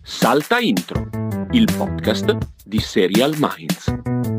Salta Intro, il podcast di Serial Minds.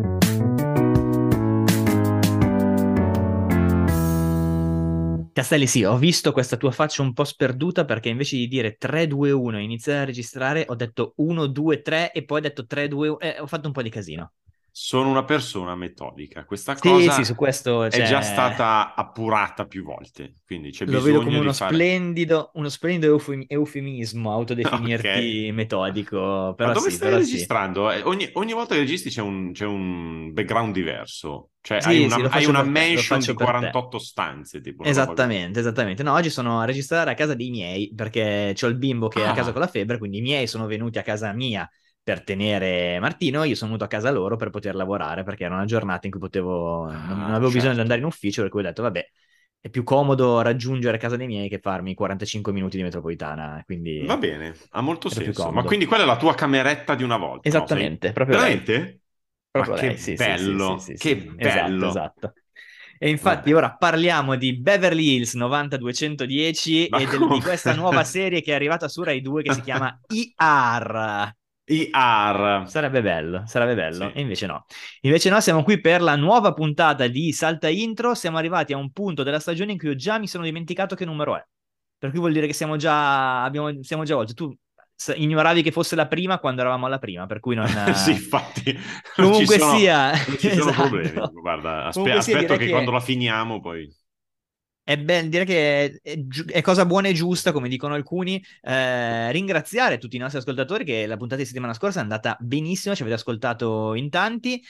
Castelli, sì, ho visto questa tua faccia un po' sperduta perché invece di dire 3, 2, 1 e iniziare a registrare ho detto 1, 2, 3 e poi ho detto 3, 2, 1 ho fatto un po' di casino. Sono una persona metodica. Questa Sì, sì, su cosa questo è già stata appurata più volte, quindi c'è lo vedo come bisogno di fare... uno splendido eufemismo Ok. autodefinirti metodico, Ma però dove sì, stai però sì. registrando? Ogni volta che registri c'è un background diverso. Cioè hai Sì, sì, una, lo hai faccio una per te, lo mansion faccio di per te. 48 stanze, tipo una roba così. Esattamente, esattamente. No, oggi sono a registrare a casa dei miei perché c'ho il bimbo che è a casa con Ah, la febbre, quindi i miei sono venuti a casa mia per tenere Martino, io sono venuto a casa loro per poter lavorare perché era una giornata in cui non avevo bisogno di andare in certo. ufficio, per cui ho detto vabbè, è più comodo raggiungere casa dei miei che farmi 45 minuti di metropolitana, quindi Va bene, ha molto era più senso. Ma comodo. quindi quella è la tua cameretta di una volta, no? Sei... Esattamente, proprio lei. Veramente? Ma Proprio che lei, sì, sì, sì, sì, bello, sì, che sì. Esatto, bello. esatto. E infatti Vabbè. ora parliamo di Beverly Hills 90210 Ma e di come? questa nuova serie che è arrivata su Rai 2 che si chiama ER. IR. Sarebbe bello, sarebbe bello. E Sì. invece no. Invece no, siamo qui per la nuova puntata di Salta Intro. Siamo arrivati a un punto della stagione in cui io già mi sono dimenticato che numero è. Per cui vuol dire che siamo già oltre. Tu ignoravi che fosse la prima quando eravamo alla prima, per cui non... Sì, infatti Comunque sia, non ci sono problemi. esatto. Guarda, Comunque sia, aspetto direi che quando che la finiamo poi... direi che è cosa buona e giusta, come dicono alcuni, ringraziare tutti i nostri ascoltatori che la puntata di settimana scorsa è andata benissimo, ci avete ascoltato in tanti,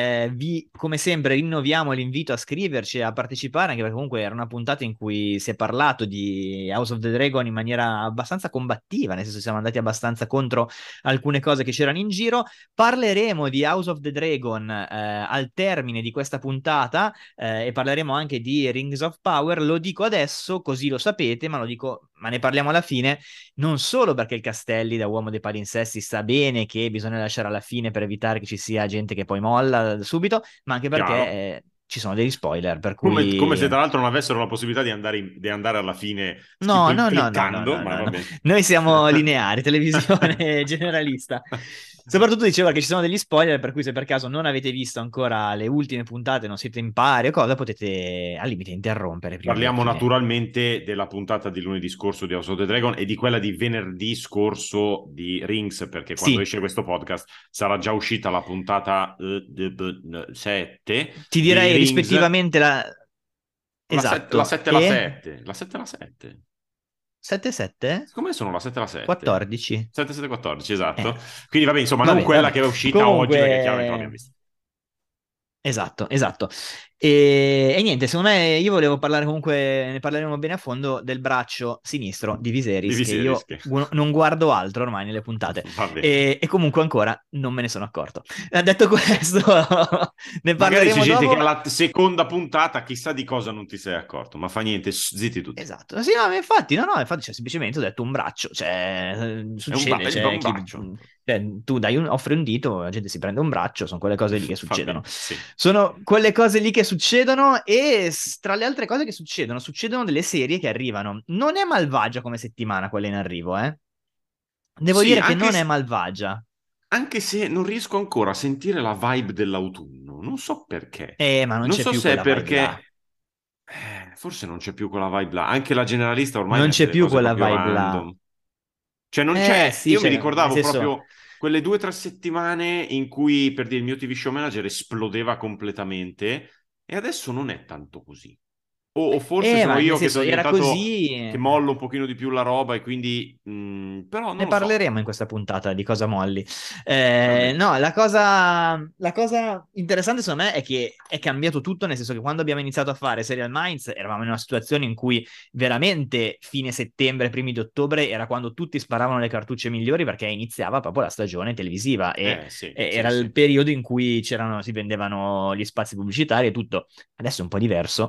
come sempre rinnoviamo l'invito a scriverci e a partecipare, anche perché comunque era una puntata in cui si è parlato di House of the Dragon in maniera abbastanza combattiva, nel senso siamo andati abbastanza contro alcune cose che c'erano in giro. Parleremo di House of the Dragon al termine di questa puntata e parleremo anche di Rings of Power. Lo dico adesso, così lo sapete, ma lo dico, ma ne parliamo alla fine, non solo perché il Castelli, da uomo dei palinsesti, sa bene che bisogna lasciare alla fine per evitare che ci sia gente che poi molla subito, ma anche perché Chiaro? ci sono degli spoiler, per Come se cui... tra l'altro non avessero la possibilità di andare alla fine No, no, no, no, no, cliccando, no, ma no, va no. bene. Noi siamo lineari, televisione generalista. Soprattutto diceva che ci sono degli spoiler, per cui se per caso non avete visto ancora le ultime puntate, non siete in pari o cosa, potete al limite interrompere prima della Parliamo fine. naturalmente della puntata di lunedì scorso di House of the Dragon e di quella di venerdì scorso di Rings, perché quando Sì, esce questo podcast sarà già uscita la puntata 7 ti di direi Rings, rispettivamente la esatto. 7 e la E 7, la 7 e la 7. 7-7? Secondo me sono la 7 e la 7. 14? 7, 7, 14, Eh, esatto. Quindi vabbè, insomma, non vabbè, quella vabbè. che è uscita oggi, perché chiaramente non l'abbiamo Comunque... vista. Esatto, esatto. E niente, secondo me io volevo parlare comunque, ne parleremo bene a fondo del braccio sinistro di Di Viserys, che Viserys, io che... non guardo altro ormai nelle puntate. Va bene. E comunque ancora non me ne sono accorto. Detto questo, ne Magari c'è parleremo gente che dopo. alla seconda puntata chissà di cosa non ti sei accorto, ma fa niente, zitti tutti. Esatto, sì, no, ma infatti, no, no, infatti, cioè, semplicemente ho detto un braccio, cioè, succede, È cioè, un braccio. tu offri un dito, la gente si prende un braccio, sono quelle cose lì che Va succedono. bene, sì. Sono quelle cose lì che succedono e tra le altre cose che succedono delle serie che arrivano. Non è malvagia come settimana quella in arrivo, eh? Devo Sì, dire che non è malvagia. anche se non riesco ancora a sentire la vibe dell'autunno, non so perché. Ma non Non c'è so più se è quella vibe là. perché... forse non c'è più quella vibe là. Anche la generalista ormai Non mette c'è le più cose quella proprio vibe là. random. Cioè, non c'è. Sì, Io mi cioè, nel ricordavo senso... proprio quelle 2 o 3 settimane in cui, per dire, il mio TV show manager esplodeva completamente e adesso non è tanto così. O forse sono Ma nel io che senso, sono era diventato così... che mollo un pochino di più la roba e quindi... però non Ne lo so. parleremo in questa puntata di cosa molli. Va bene. No, la cosa interessante secondo me è che è cambiato tutto, nel senso che quando abbiamo iniziato a fare Serial Minds eravamo in una situazione in cui veramente fine settembre, primi di ottobre era quando tutti sparavano le cartucce migliori perché iniziava proprio la stagione televisiva Sì, e sì, era il sì. periodo in cui si vendevano gli spazi pubblicitari e tutto. Adesso è un po' diverso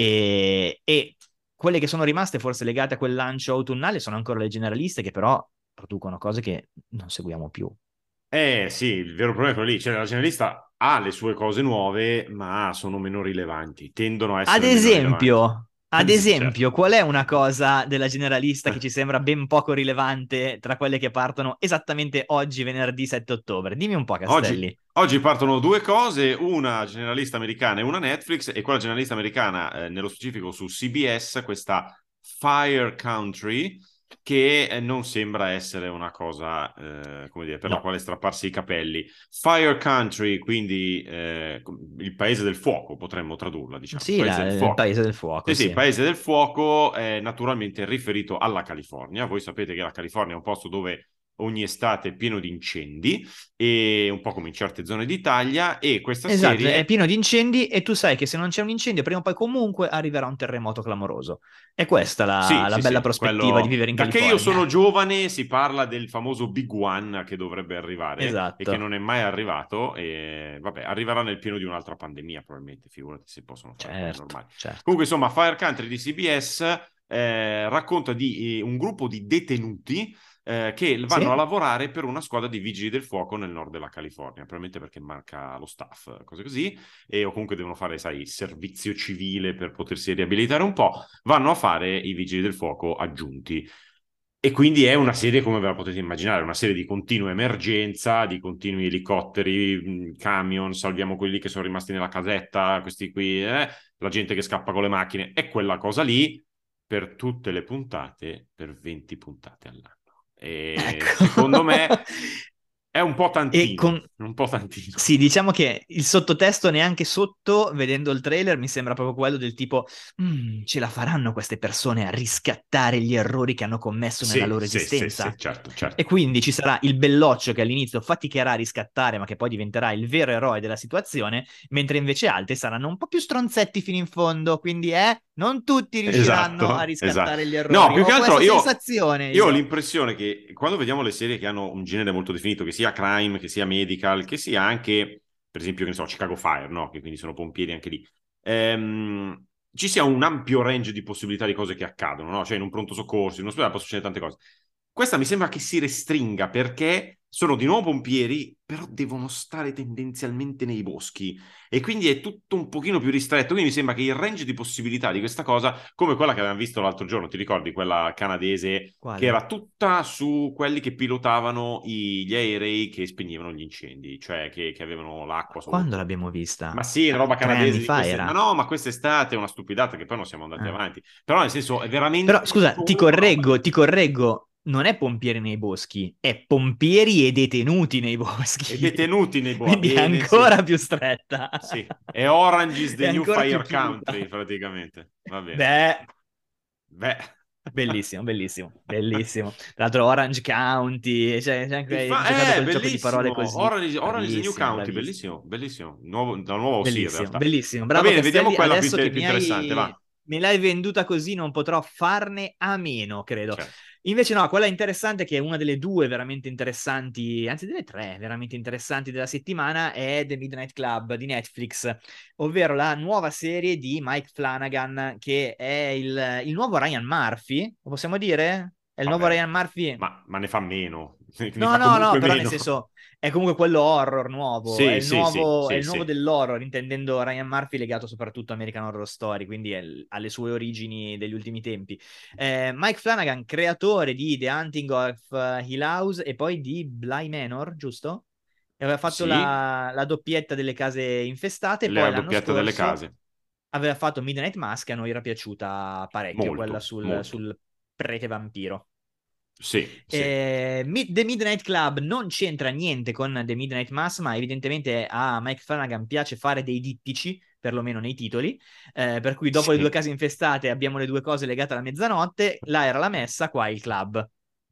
e quelle che sono rimaste forse legate a quel lancio autunnale sono ancora le generaliste che però producono cose che non seguiamo più. Sì, il vero problema è quello lì. Cioè, la generalista ha le sue cose nuove, ma sono meno rilevanti. Tendono a Ad essere meno rilevanti. esempio, Ad Sì, esempio, certo. qual è una cosa della generalista che ci sembra ben poco rilevante tra quelle che partono esattamente oggi, venerdì 7 ottobre? Dimmi un po', Oggi, Castelli. oggi partono due cose, una generalista americana e una Netflix, e quella generalista americana, nello specifico su CBS, questa Fire Country, che non sembra essere una cosa, come dire, per la No. quale strapparsi i capelli. Fire Country, quindi il paese del fuoco, potremmo tradurla, diciamo, il Sì, paese del il fuoco. paese del fuoco, Sì, sì, sì. paese del fuoco è naturalmente riferito alla California. Voi sapete che la California è un posto dove ogni estate è pieno di incendi, e un po' come in certe zone d'Italia, e questa Esatto, è serie. pieno di incendi e tu sai che se non c'è un incendio, prima o poi comunque arriverà un terremoto clamoroso. E questa è Sì, la sì, bella sì, prospettiva di quello. vivere in Da che io California. sono giovane si parla del famoso Big One che dovrebbe arrivare e che Esatto, non è mai arrivato, e vabbè, arriverà nel pieno di un'altra pandemia probabilmente, figurati se possono fare cose certo, normali. certo. Comunque, insomma, Fire Country di CBS racconta di un gruppo di detenuti che vanno a Sì? lavorare per una squadra di vigili del fuoco nel nord della California, probabilmente perché manca lo staff, cose così, o comunque devono fare, sai, servizio civile per potersi riabilitare un po', vanno a fare i vigili del fuoco aggiunti. E quindi è una serie, come ve la potete immaginare, una serie di continua emergenza, di continui elicotteri, camion, salviamo quelli che sono rimasti nella casetta, questi qui, la gente che scappa con le macchine, è quella cosa lì per tutte le puntate, per 20 puntate all'anno. E Ecco. secondo me è E con... un po' tantino. Sì, diciamo che il sottotesto neanche sotto, vedendo il trailer, mi sembra proprio quello del tipo, ce la faranno queste persone a riscattare gli errori che hanno commesso nella Sì, loro sì, sì, sì, esistenza? certo, E certo. quindi ci sarà il belloccio che all'inizio faticherà a riscattare, ma che poi diventerà il vero eroe della situazione, mentre invece altri saranno un po' più stronzetti fino in fondo, quindi non tutti riusciranno a Esatto, esatto. riscattare gli No, errori. più che Ho altro questa sensazione io ho io. l'impressione che quando vediamo le serie che hanno un genere molto definito, che sia crime, che sia medical, che sia anche, per esempio, che ne so, Chicago Fire, no? Che quindi sono pompieri anche lì, ci sia un ampio range di possibilità di cose che accadono, no? Cioè in un pronto soccorso, in un ospedale possono succedere tante cose. Questa mi sembra che si restringa perché sono di nuovo pompieri, però devono stare tendenzialmente nei boschi e quindi è tutto un pochino più ristretto. Quindi mi sembra che il range di possibilità di questa cosa, come quella che avevamo visto l'altro giorno, ti ricordi? Quella canadese che Quale? era tutta su quelli che pilotavano gli aerei che spegnevano gli incendi, cioè che avevano l'acqua Quando sotto. l'abbiamo vista? Ma sì, una roba 3 anni canadese di fa queste. Ma era. no, ma quest'estate è una stupidata che poi non siamo andati Ah. avanti. Però nel senso è Però veramente scusa, solo una roba lì. ti correggo, non è pompieri nei boschi, è pompieri e detenuti nei E boschi. detenuti nei boa. Quindi è Bene, sì. ancora più stretta. Sì. E Orange is È the new ancora più fire chiusa. country, praticamente. Va bene. Beh, Beh. bellissimo, bellissimo, bellissimo. Tra l'altro Orange County, cioè, c'è anche, hai giocato quel gioco di parole Bellissimo. così. Orange is the new Bravissimo, county, bravissimo. bellissimo, bellissimo. La nuova OC in Bellissimo, realtà. bellissimo. Va Bravo bene, vediamo Castelli. quella Adesso che più interessante, va. me l'hai venduta così, non potrò farne a meno, credo. Certo. Invece no, quella interessante, che è una delle due veramente interessanti, anzi delle tre veramente interessanti della settimana, è The Midnight Club di Netflix, ovvero la nuova serie di Mike Flanagan, che è il nuovo Ryan Murphy, lo possiamo dire? È il nuovo Vabbè, Ryan Murphy? ma ne fa meno. Ne No, fa no, no, comunque però nel meno. senso è comunque quello horror nuovo, Sì, sì, sì, è sì, il nuovo sì. dell'horror, intendendo Ryan Murphy legato soprattutto a American Horror Story, quindi alle sue origini degli ultimi tempi. Mike Flanagan, creatore di The Hunting of Hill House e poi di Bly Manor, giusto? E aveva fatto Sì, la doppietta delle case infestate, la poi l'anno doppietta delle scorso case. aveva fatto Midnight Mask, che a noi era piaciuta parecchio, quella Molto, molto. sul prete vampiro. Sì, sì. The Midnight Club non c'entra niente con The Midnight Mass, ma evidentemente a Mike Flanagan piace fare dei dittici, perlomeno nei titoli, per cui dopo le due Sì. case infestate abbiamo le due cose legate alla mezzanotte, là era la messa, qua il club.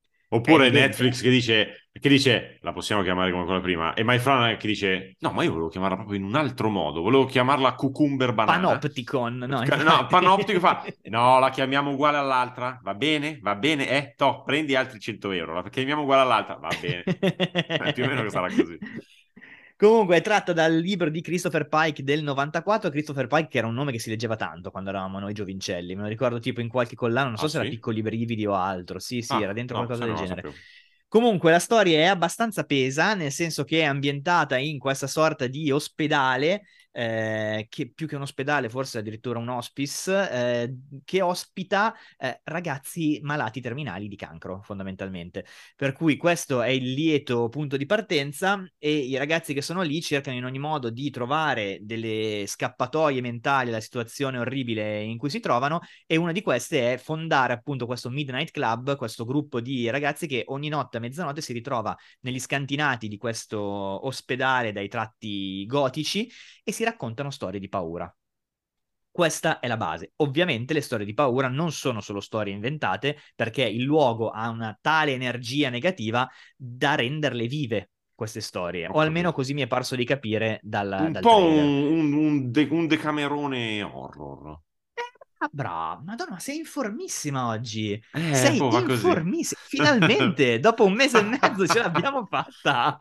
È Oppure evidente. Netflix che dice, la possiamo chiamare come quella prima, e My Flanagan che dice, no, ma io volevo chiamarla proprio in un altro modo, volevo chiamarla Cucumber Banana. Panopticon, no, No, infatti. Panoptico fa, no, la chiamiamo uguale all'altra, va bene, prendi altri 100 euro, la chiamiamo uguale all'altra, va bene. Più o meno sarà così. Comunque è tratta dal libro di Christopher Pike del 94. Christopher Pike, che era un nome che si leggeva tanto quando eravamo noi giovincelli, me lo ricordo tipo in qualche collana, non so Ah, se era sì? Piccoli Brividi o altro. Sì, sì, era Ah, dentro no, qualcosa se del non la genere. sapevo. Comunque la storia è abbastanza pesa, nel senso che è ambientata in questa sorta di ospedale che più che un ospedale, forse addirittura un hospice, che ospita ragazzi malati terminali di cancro, fondamentalmente. Per cui questo è il lieto punto di partenza e i ragazzi che sono lì cercano in ogni modo di trovare delle scappatoie mentali alla situazione orribile in cui si trovano, e una di queste è fondare appunto questo Midnight Club, questo gruppo di ragazzi che ogni notte a mezzanotte si ritrova negli scantinati di questo ospedale dai tratti gotici e si raccontano storie di paura. Questa è la base. Ovviamente le storie di paura non sono solo storie inventate, perché il luogo ha una tale energia negativa da renderle vive queste storie, o almeno così mi è parso di capire Un dal po' trailer. un Decamerone horror. Bravo, Madonna, sei informissima oggi. Sei Boh, va così. informissima. Finalmente, dopo un mese e mezzo ce l'abbiamo fatta.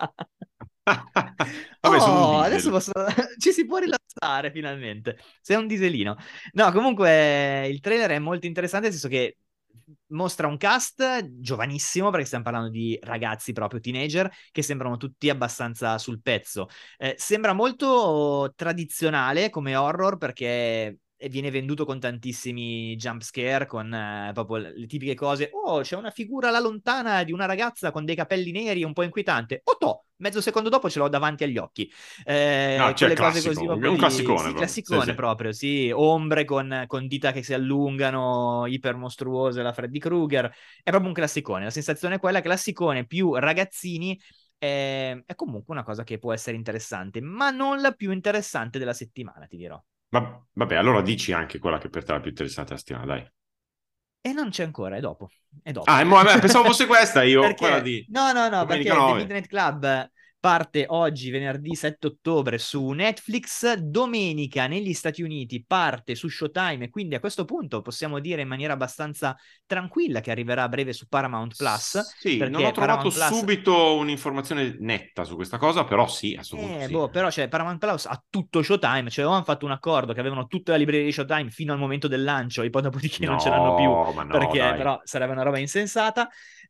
Vabbè, sono un Oh, adesso diesel. ci si può rilassare finalmente. Sei un dieselino. No, comunque il trailer è molto interessante, nel senso che mostra un cast giovanissimo, perché stiamo parlando di ragazzi proprio teenager, che sembrano tutti abbastanza sul pezzo. Sembra molto tradizionale come horror, perché viene venduto con tantissimi jump scare, con proprio le tipiche cose. Oh, c'è una figura alla lontana di una ragazza con dei capelli neri un po' inquietante. Oh, mezzo secondo dopo ce l'ho davanti agli occhi. No, cioè Quelle cose classico, così proprio un di... classicone Sì, proprio. Sì, classicone sì. proprio, sì. Ombre con dita che si allungano, iper mostruose, la Freddy Krueger. È proprio un classicone. La sensazione è quella, classicone più ragazzini, è comunque una cosa che può essere interessante, ma non la più interessante della settimana, ti dirò. Vabbè, allora dici anche quella che per te è la più interessante della settimana, dai. E non c'è ancora, è dopo. È dopo. Ah, pensavo fosse questa io, quella Perché? di No, Domenica perché The 9. Midnight Club parte oggi, venerdì 7 ottobre, su Netflix. Domenica negli Stati Uniti parte su Showtime, e quindi a questo punto possiamo dire in maniera abbastanza tranquilla che arriverà a breve su Paramount Plus, Sì, non ho perché trovato Paramount Plus... subito un'informazione netta su questa cosa, però sì, a questo punto sì. Però cioè, Paramount Plus ha tutto Showtime, cioè avevano fatto un accordo che avevano tutta la libreria di Showtime fino al momento del lancio e poi dopodiché non ce l'hanno più, No, ma no, perché dai. però sarebbe una roba insensata.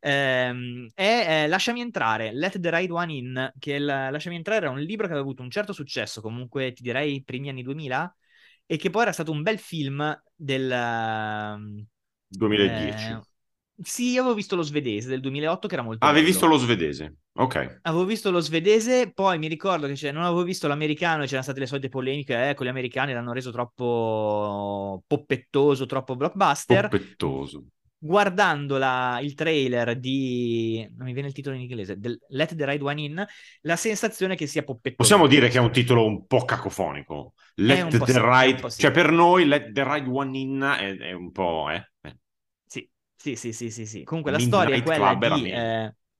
Lasciami entrare, Let the Right One In, che Lasciami entrare era un libro che aveva avuto un certo successo, comunque ti direi primi anni 2000, e che poi era stato un bel film del... 2010. sì, io avevo visto lo svedese del 2008 che era molto Avevi visto bello. lo svedese? Ok. Avevo visto lo svedese, poi mi ricordo che non avevo visto l'americano e c'erano state le solite polemiche, con gli americani l'hanno reso troppo poppettoso, troppo blockbuster. Poppettoso. Guardando il trailer di... non mi viene il titolo in inglese, del Let the Right One In, la sensazione è che sia poppettoso Possiamo anche dire che è un questo. titolo un po' cacofonico. È Let un po' the sì, è un po' right... sì. Cioè, per noi, Let the right one in è un po'... Sì, sì, sì, sì, sì, sì. Comunque la storia è Midnight quella Club era di... meglio.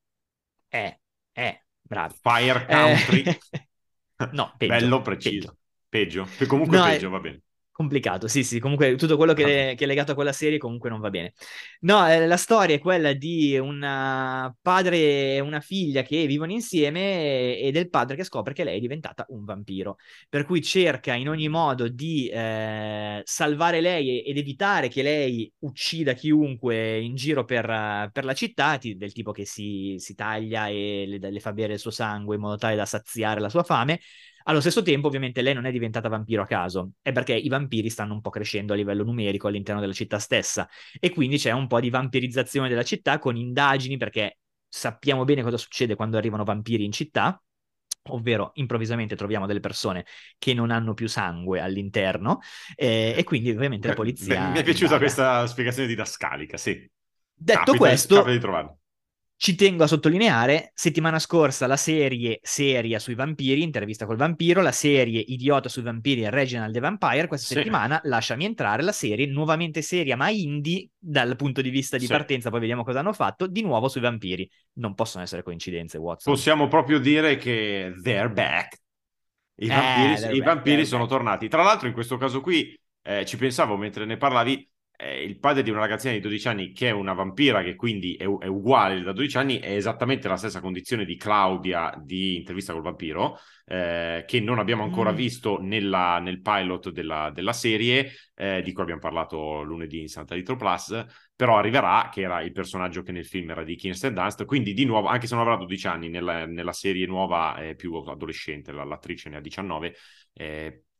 bravi. Fire Eh, Country. no, peggio, Bello, peggio. preciso. Peggio. Comunque No, peggio, va bene. complicato, sì, sì, comunque tutto quello Va bene. che è legato a quella serie comunque non va bene. No, la storia è quella di un padre e una figlia che vivono insieme e del padre che scopre che lei è diventata un vampiro, per cui cerca in ogni modo di salvare lei ed evitare che lei uccida chiunque in giro per la città, del tipo che si taglia e le fa bere il suo sangue in modo tale da saziare la sua fame. Allo stesso tempo, ovviamente, lei non è diventata vampiro a caso, è perché i vampiri stanno un po' crescendo a livello numerico all'interno della città stessa, e quindi c'è un po' di vampirizzazione della città con indagini, perché sappiamo bene cosa succede quando arrivano vampiri in città, ovvero improvvisamente troviamo delle persone che non hanno più sangue all'interno, e quindi ovviamente la Beh, mi polizia è piaciuta indaga. questa spiegazione didascalica, sì. Detto Capita questo, di trovarlo. ci tengo a sottolineare, settimana scorsa la serie seria sui vampiri, intervista col vampiro, la serie idiota sui vampiri, Reginald the Vampire. Questa Sì, settimana, lasciami entrare, la serie nuovamente seria ma indie dal punto di vista di sì. partenza, poi vediamo cosa hanno fatto, di nuovo sui vampiri. Non possono essere coincidenze, Watson. Possiamo proprio dire che they're back. They're I back, vampiri they're sono back. tornati. Tra l'altro, in questo caso qui, ci pensavo mentre ne parlavi, il padre di una ragazzina di 12 anni che è una vampira, che quindi è uguale da 12 anni, è esattamente la stessa condizione di Claudia di Intervista col vampiro, che non abbiamo ancora Mm. visto nel pilot della serie, di cui abbiamo parlato lunedì in Santa Little Plus, però arriverà, che era il personaggio che nel film era di Kirsten Dunst, quindi di nuovo, anche se non avrà 12 anni, nella serie nuova è più adolescente, l'attrice ne ha 19,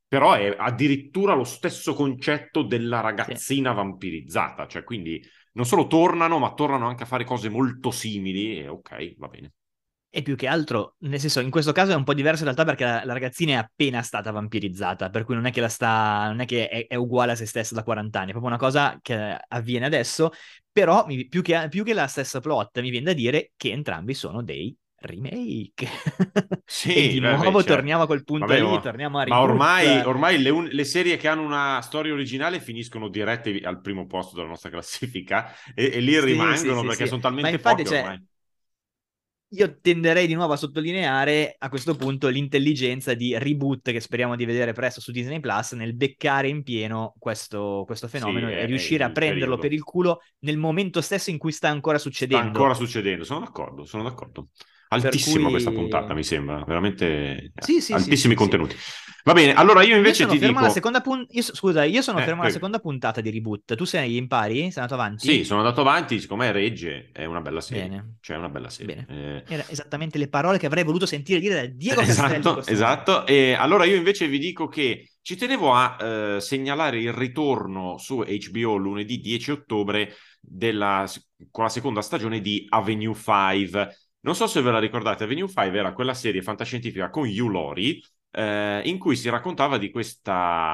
Però è addirittura lo stesso concetto della Sì. ragazzina vampirizzata, cioè quindi non solo tornano, ma tornano anche a fare cose molto simili e ok, va bene. E più che altro, nel senso, in questo caso è un po' diverso in realtà perché la ragazzina è appena stata vampirizzata, per cui non è che non è che è uguale a se stessa da 40 anni, è proprio una cosa che avviene adesso, però più che la stessa plot mi viene da dire che entrambi sono dei remake. E Sì, di vabbè, nuovo certo. torniamo a quel punto Vabbè, lì, torniamo a ma ormai, reboot. ormai le serie che hanno una storia originale finiscono dirette al primo posto della nostra classifica e lì Sì, sì, rimangono sì, perché sì. sono Ma talmente infatti, poche cioè, ormai. io tenderei di nuovo a sottolineare a questo punto l'intelligenza di Reboot che speriamo di vedere presto su Disney Plus nel beccare in pieno questo Sì, fenomeno e è riuscire a il prenderlo per periodo. il culo nel momento stesso in cui sta ancora Sta ancora succedendo. succedendo, sono d'accordo, sono d'accordo. Per Altissima questa puntata, cui... mi sembra, veramente Sì, sì, sì, altissimi sì, sì. contenuti. Va bene, allora io Io invece sono ti fermo alla dico, seconda puntata. Scusa, io sono fermo alla prego. seconda puntata di Reboot. Tu sei in pari? Sei andato Sì, avanti? sono andato avanti, siccome è Regge, è una bella serie, Bene, cioè è una bella serie. bene. Era esattamente le parole che avrei voluto sentire dire da Diego Castelli in Esatto, questo momento. esatto. E allora io invece vi dico che ci tenevo a segnalare il ritorno su HBO lunedì 10 ottobre con la seconda stagione di Avenue 5. Non so se ve la ricordate, Avenue 5 era quella serie fantascientifica con Hugh Laurie, in cui si raccontava di questo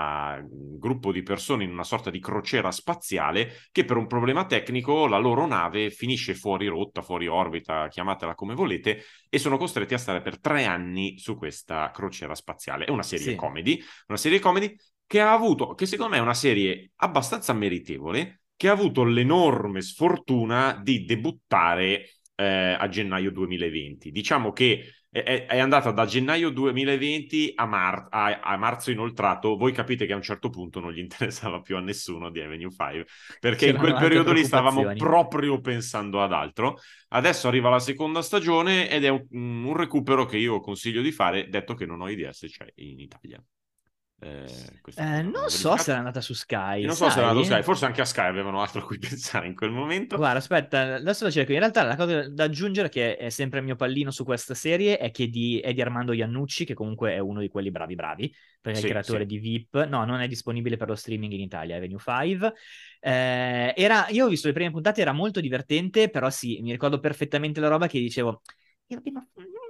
gruppo di persone in una sorta di crociera spaziale che per un problema tecnico la loro nave finisce fuori rotta, fuori orbita, chiamatela come volete, e sono costretti a stare per 3 anni su questa crociera spaziale. È Sì. una serie comedy che ha avuto, che secondo me è una serie abbastanza meritevole, che ha avuto l'enorme sfortuna di debuttare a gennaio 2020. Diciamo che è andata da gennaio 2020 a marzo inoltrato. Voi capite che a un certo punto non gli interessava più a nessuno di Avenue 5, perché in C'erano quel altre periodo lì stavamo preoccupazioni. proprio pensando ad altro. Adesso arriva la seconda stagione ed è un recupero che io consiglio di fare, detto che non ho idea se c'è in Italia. Questa cosa non Non l'ho so se verificata. era andata su E Sky, non so se era andato Sky, sai? forse anche a Sky avevano altro a cui pensare in quel momento. Guarda, aspetta, adesso lo cerco. In realtà la cosa da aggiungere, che è sempre il mio pallino su questa serie, è che è di Armando Iannucci, che comunque è uno di quelli bravi bravi, perché è il Sì, creatore sì. di VIP. No, non è disponibile per lo streaming in Italia, Avenue 5. Io ho visto le prime puntate, era molto divertente, però sì, mi ricordo perfettamente la roba che dicevo... Io no,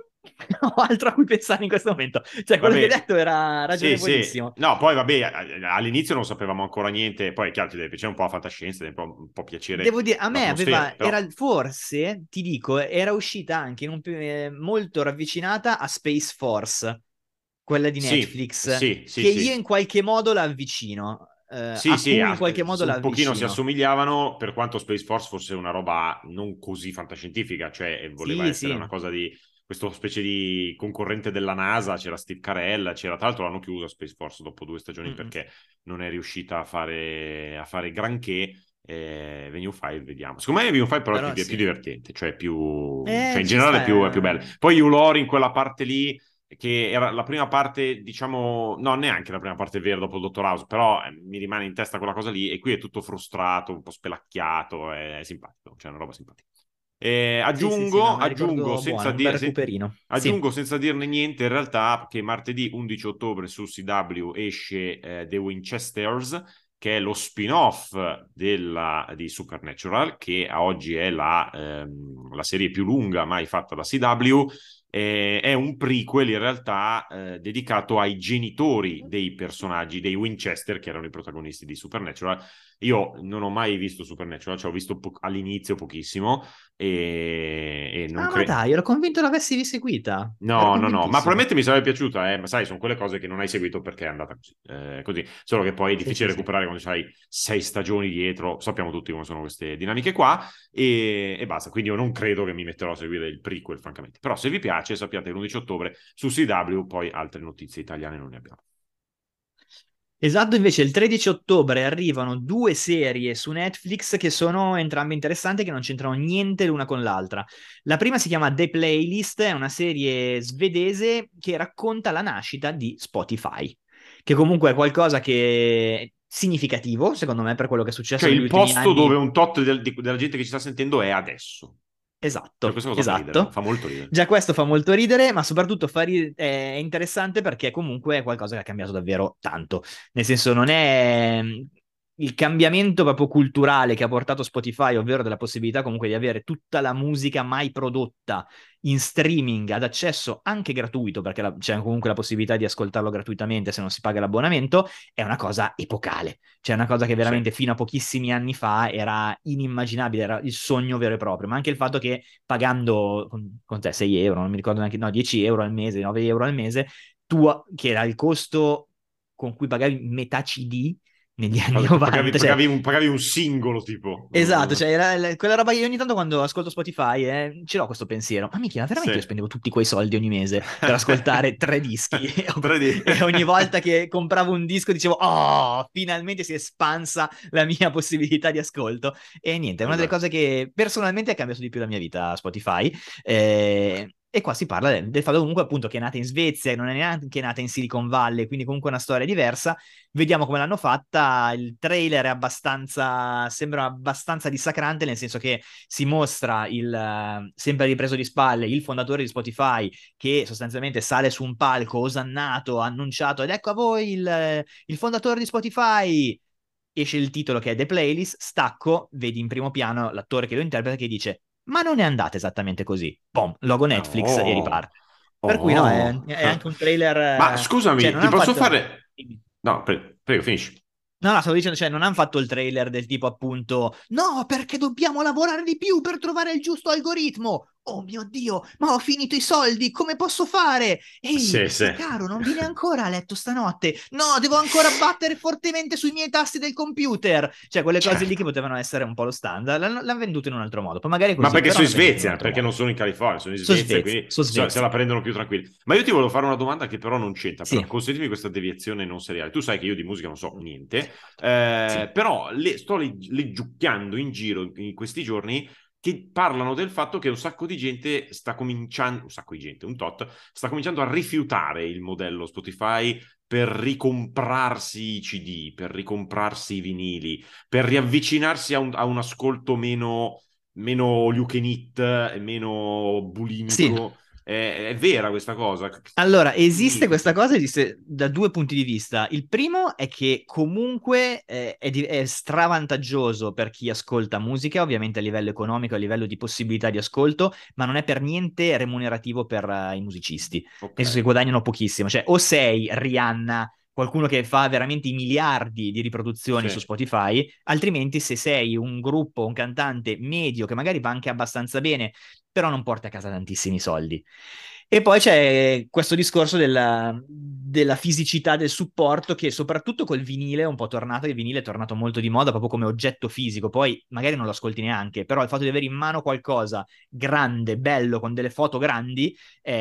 ho altro a cui pensare in questo momento. Cioè, quello che hai Vabbè, detto era sì, sì. ragionevolissimo. No, poi vabbè, all'inizio non sapevamo ancora niente, poi è chiaro, ti deve piacere un po' la fantascienza, deve un po' piacere Devo dire, a me l'atmosfera, però forse, ti dico, era uscita anche molto ravvicinata a Space Force, quella di sì, Netflix, sì, sì, che io in sì. qualche modo la avvicino, Sì, a sì, cui in qualche modo la un pochino si avvicino. assomigliavano, per quanto Space Force fosse una roba non così fantascientifica, cioè voleva Sì, essere sì. una cosa di questo specie di concorrente della NASA, c'era Steve Carell, c'era tra l'altro l'hanno chiusa Space Force dopo 2 stagioni Mm-mm. perché non è riuscita a fare granché. Venue 5, vediamo. Secondo me Venue 5 però Però è più sì. divertente, cioè in Ci generale è più sta. bella. Poi Ulori in quella parte lì che era la prima parte, diciamo, no, neanche la prima parte vera dopo il Dottor House, però mi rimane in testa quella cosa lì e qui è tutto frustrato, un po' spelacchiato, è simpatico, cioè è una roba simpatica. Sì, sì, sì, no, me la Aggiungo ricordo senza buona, un bel dire, recuperino. Sì. aggiungo senza dirne niente in realtà che martedì 11 ottobre su CW esce The Winchesters, che è lo spin-off di Supernatural, che a oggi è la serie più lunga mai fatta da CW. È un prequel in realtà dedicato ai genitori dei personaggi dei Winchester, che erano i protagonisti di Supernatural. Io non ho mai visto Supernatural, cioè ho visto all'inizio pochissimo e non Ah, ma credo. dai, ero convinto l'avessi riseguita. Ero No, no, no, ma convintissimo. probabilmente mi sarebbe piaciuta, ma sai, sono quelle cose che non hai seguito perché è andata così. Così. Solo che poi è Sì, difficile sì, sì. recuperare quando hai 6 stagioni dietro, sappiamo tutti come sono queste dinamiche qua, e basta. Quindi io non credo che mi metterò a seguire il prequel, francamente. Però se vi piace, sappiate, l'11 ottobre su CW, poi altre notizie italiane non ne abbiamo. Esatto, invece il 13 ottobre arrivano due serie su Netflix che sono entrambe interessanti, che non c'entrano niente l'una con l'altra. La prima si chiama The Playlist, è una serie svedese che racconta la nascita di Spotify, che comunque è qualcosa che è significativo, secondo me, per quello che è successo Cioè negli il ultimi posto dove anni. un tot della gente che ci sta sentendo è adesso. Esatto, Questa cosa fa ridere, esatto. fa molto ridere. Già questo fa molto ridere, ma soprattutto è interessante perché comunque è qualcosa che ha cambiato davvero tanto. Nel senso, non è il cambiamento proprio culturale che ha portato Spotify, ovvero della possibilità comunque di avere tutta la musica mai prodotta in streaming ad accesso anche gratuito, perché c'è comunque la possibilità di ascoltarlo gratuitamente se non si paga l'abbonamento, è una cosa epocale. Cioè, è una cosa che veramente fino a pochissimi anni fa era inimmaginabile, era il sogno vero e proprio. Ma anche il fatto che pagando con te 6 euro, non mi ricordo neanche, no, 10 euro al mese, 9 euro al mese, tu, che era il costo con cui pagavi metà CD negli anni 90, cioè, Pagavi un singolo tipo. esatto, cioè era quella roba che io ogni tanto quando ascolto Spotify ce l'ho questo pensiero, ma mica, veramente io spendevo tutti quei soldi ogni mese per ascoltare 3 dischi e ogni volta che compravo un disco dicevo, oh, finalmente si è espansa la mia possibilità di ascolto. E niente, è una delle cose che personalmente ha cambiato di più la mia vita Spotify. E qua si parla del fatto comunque appunto che è nata in Svezia e non è neanche nata in Silicon Valley, quindi comunque una storia diversa. Vediamo come l'hanno fatta. Il trailer sembra abbastanza dissacrante, nel senso che si mostra sempre ripreso di spalle il fondatore di Spotify che sostanzialmente sale su un palco osannato, annunciato, ed ecco a voi il fondatore di Spotify. Esce il titolo che è The Playlist, stacco, vedi in primo piano l'attore che lo interpreta che dice ma non è andata esattamente così. Boom, logo Netflix e riparte. Per cui no, è anche un trailer... Ma cioè, scusami, non ti hanno posso fatto... fare... No, prego, finisci. No, stavo dicendo, cioè, non hanno fatto il trailer del tipo appunto no, perché dobbiamo lavorare di più per trovare il giusto algoritmo. Oh mio Dio, ma ho finito i soldi, come posso fare? Ehi, Sì. caro, non viene ancora a letto stanotte. No, devo ancora battere fortemente sui miei tasti del computer. Cioè, quelle cose lì che potevano essere un po' lo standard, l'hanno venduto in un altro modo. Poi magari così, Ma perché però sono in l'hanno venduto in un Svezia, altro perché modo. non sono in California, sono in Svezia, quindi se la prendono più tranquilli. Ma io ti volevo fare una domanda che però non c'entra, Sì. però consentimi questa deviazione non seriale. Tu sai che io di musica non so niente, Sì. però sto leggiucchiando in giro in questi giorni che parlano del fatto che un sacco di gente sta cominciando, un sacco di gente, un tot, sta cominciando a rifiutare il modello Spotify per ricomprarsi i CD, per ricomprarsi i vinili, per riavvicinarsi a un ascolto meno all you can eat, meno Sì. bulimico. È vera questa cosa? Allora, questa cosa, esiste da due punti di vista. Il primo è che comunque è stravantaggioso per chi ascolta musica, ovviamente a livello economico, a livello di possibilità di ascolto, ma non è per niente remunerativo per i musicisti. Nel senso che guadagnano pochissimo. Cioè, o sei Rihanna, qualcuno che fa veramente i miliardi di riproduzioni su Spotify, altrimenti se sei un gruppo, un cantante medio che magari va anche abbastanza bene, però non porta a casa tantissimi soldi. E poi c'è questo discorso della fisicità del supporto che soprattutto col vinile è un po' tornato, il vinile è tornato molto di moda proprio come oggetto fisico, poi magari non lo ascolti neanche, però il fatto di avere in mano qualcosa grande, bello, con delle foto grandi,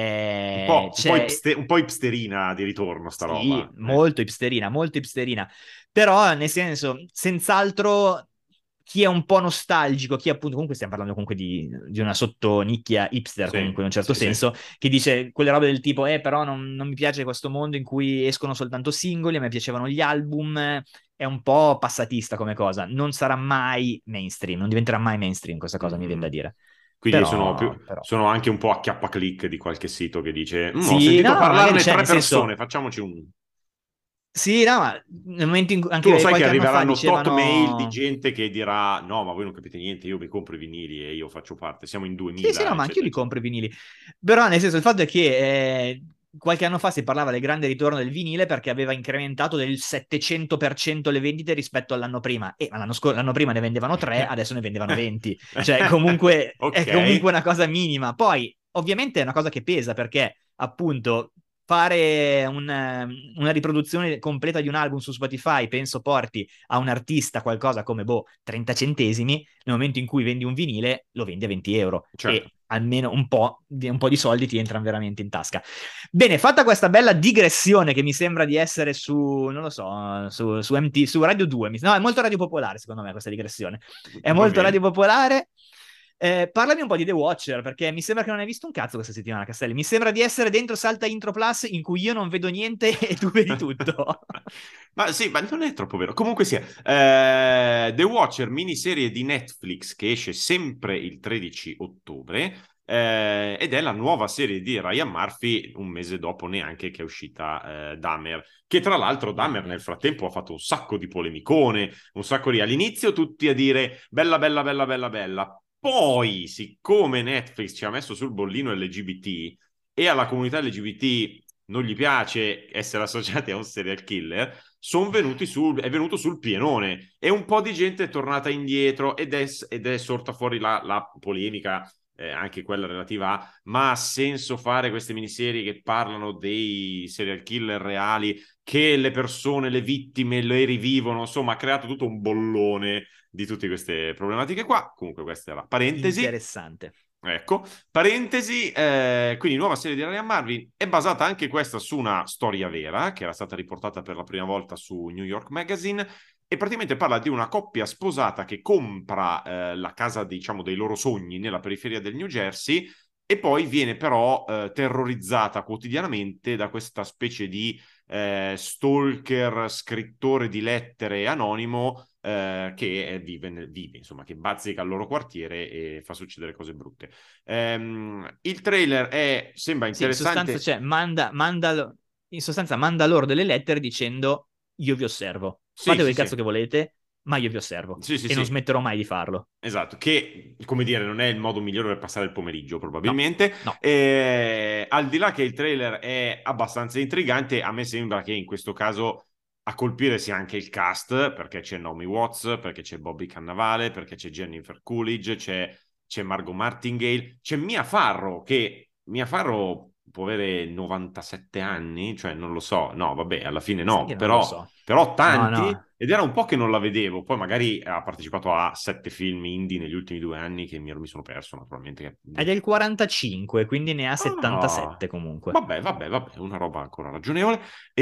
un po' hipsterina di ritorno sta roba. Sì, molto hipsterina, però nel senso, senz'altro chi è un po' nostalgico, chi appunto, comunque stiamo parlando comunque di una sottonicchia hipster comunque in un certo senso, che dice quelle robe del tipo, però non mi piace questo mondo in cui escono soltanto singoli, a me piacevano gli album, è un po' passatista come cosa, non sarà mai mainstream, non diventerà mai mainstream questa cosa, mi viene da dire. Quindi Però... sono anche un po' a chiappa-click di qualche sito che dice sì, ho sentito no, parlarne cioè, 3 persone, senso... facciamoci un... Sì, no, ma nel momento in cui Tu lo anche sai che qualche anno fa arriveranno tot mail di dicevano... gente che dirà no, ma voi non capite niente, io mi compro i vinili e io faccio parte, siamo in Sì, 2000, no, ma anch'io eccetera, li eccetera. compro i vinili. Però, nel senso, il fatto è che qualche anno fa si parlava del grande ritorno del vinile perché aveva incrementato del 700% le vendite rispetto all'anno prima. Ma l'anno prima ne vendevano 3, adesso ne vendevano 20. Cioè, comunque, è comunque una cosa minima. Poi, ovviamente, è una cosa che pesa perché, appunto, fare una riproduzione completa di un album su Spotify, penso porti a un artista qualcosa come, 30 centesimi, nel momento in cui vendi un vinile, lo vendi a 20 euro. Certo. E almeno un po' di soldi ti entrano veramente in tasca. Bene, fatta questa bella digressione che mi sembra di essere non lo so, su Radio 2. No, è molto Radio Popolare, secondo me, questa digressione. È molto Radio Popolare. Parlami un po' di The Watcher, perché mi sembra che non hai visto un cazzo questa settimana, Castelli. Mi sembra di essere dentro Salta Intro Plus, in cui io non vedo niente e tu vedi tutto. Ma sì, ma non è troppo vero. Comunque sia, The Watcher, miniserie di Netflix che esce sempre il 13 ottobre, ed è la nuova serie di Ryan Murphy un mese dopo neanche che è uscita Dahmer, che tra l'altro Dahmer nel frattempo ha fatto un sacco di polemicone, un sacco di... All'inizio tutti a dire bella, bella, bella, bella, bella. Poi, siccome Netflix ci ha messo sul bollino LGBT e alla comunità LGBT non gli piace essere associati a un serial killer, è venuto sul pienone e un po' di gente è tornata indietro ed è sorta fuori la polemica, anche quella relativa a ma ha senso fare queste miniserie che parlano dei serial killer reali, che le persone, le vittime le rivivono, insomma ha creato tutto un bollone di tutte queste problematiche qua. Comunque questa è la parentesi. Interessante. Ecco, parentesi, quindi nuova serie di Ryan Murphy è basata anche questa su una storia vera che era stata riportata per la prima volta su New York Magazine e praticamente parla di una coppia sposata che compra la casa, diciamo, dei loro sogni nella periferia del New Jersey e poi viene però terrorizzata quotidianamente da questa specie di stalker, scrittore di lettere anonimo che vive, insomma, che bazzica al loro quartiere e fa succedere cose brutte. Il trailer sembra Sì, in sostanza, interessante. cioè, in sostanza manda loro delle lettere dicendo io vi osservo, Sì, fate sì, quel sì. cazzo che volete, ma io vi osservo Sì, sì, e non sì. smetterò mai di farlo. Esatto, che come dire non è il modo migliore per passare il pomeriggio No, probabilmente. no. Al di là che il trailer è abbastanza intrigante, a me sembra che in questo caso a colpire sia anche il cast, perché c'è Naomi Watts, perché c'è Bobby Cannavale, perché c'è Jennifer Coolidge, c'è Margot Martingale, c'è Mia Farrow, che Mia Farrow può avere 97 anni, cioè non lo so, no, vabbè, alla fine Sai no, che non lo però, so. però No, tanti, no. ed era un po' che non la vedevo, poi magari ha partecipato a 7 film indie negli ultimi 2 anni che mi sono perso, naturalmente. È del 45, quindi ne ha Ah, 77 comunque. vabbè, una roba ancora ragionevole.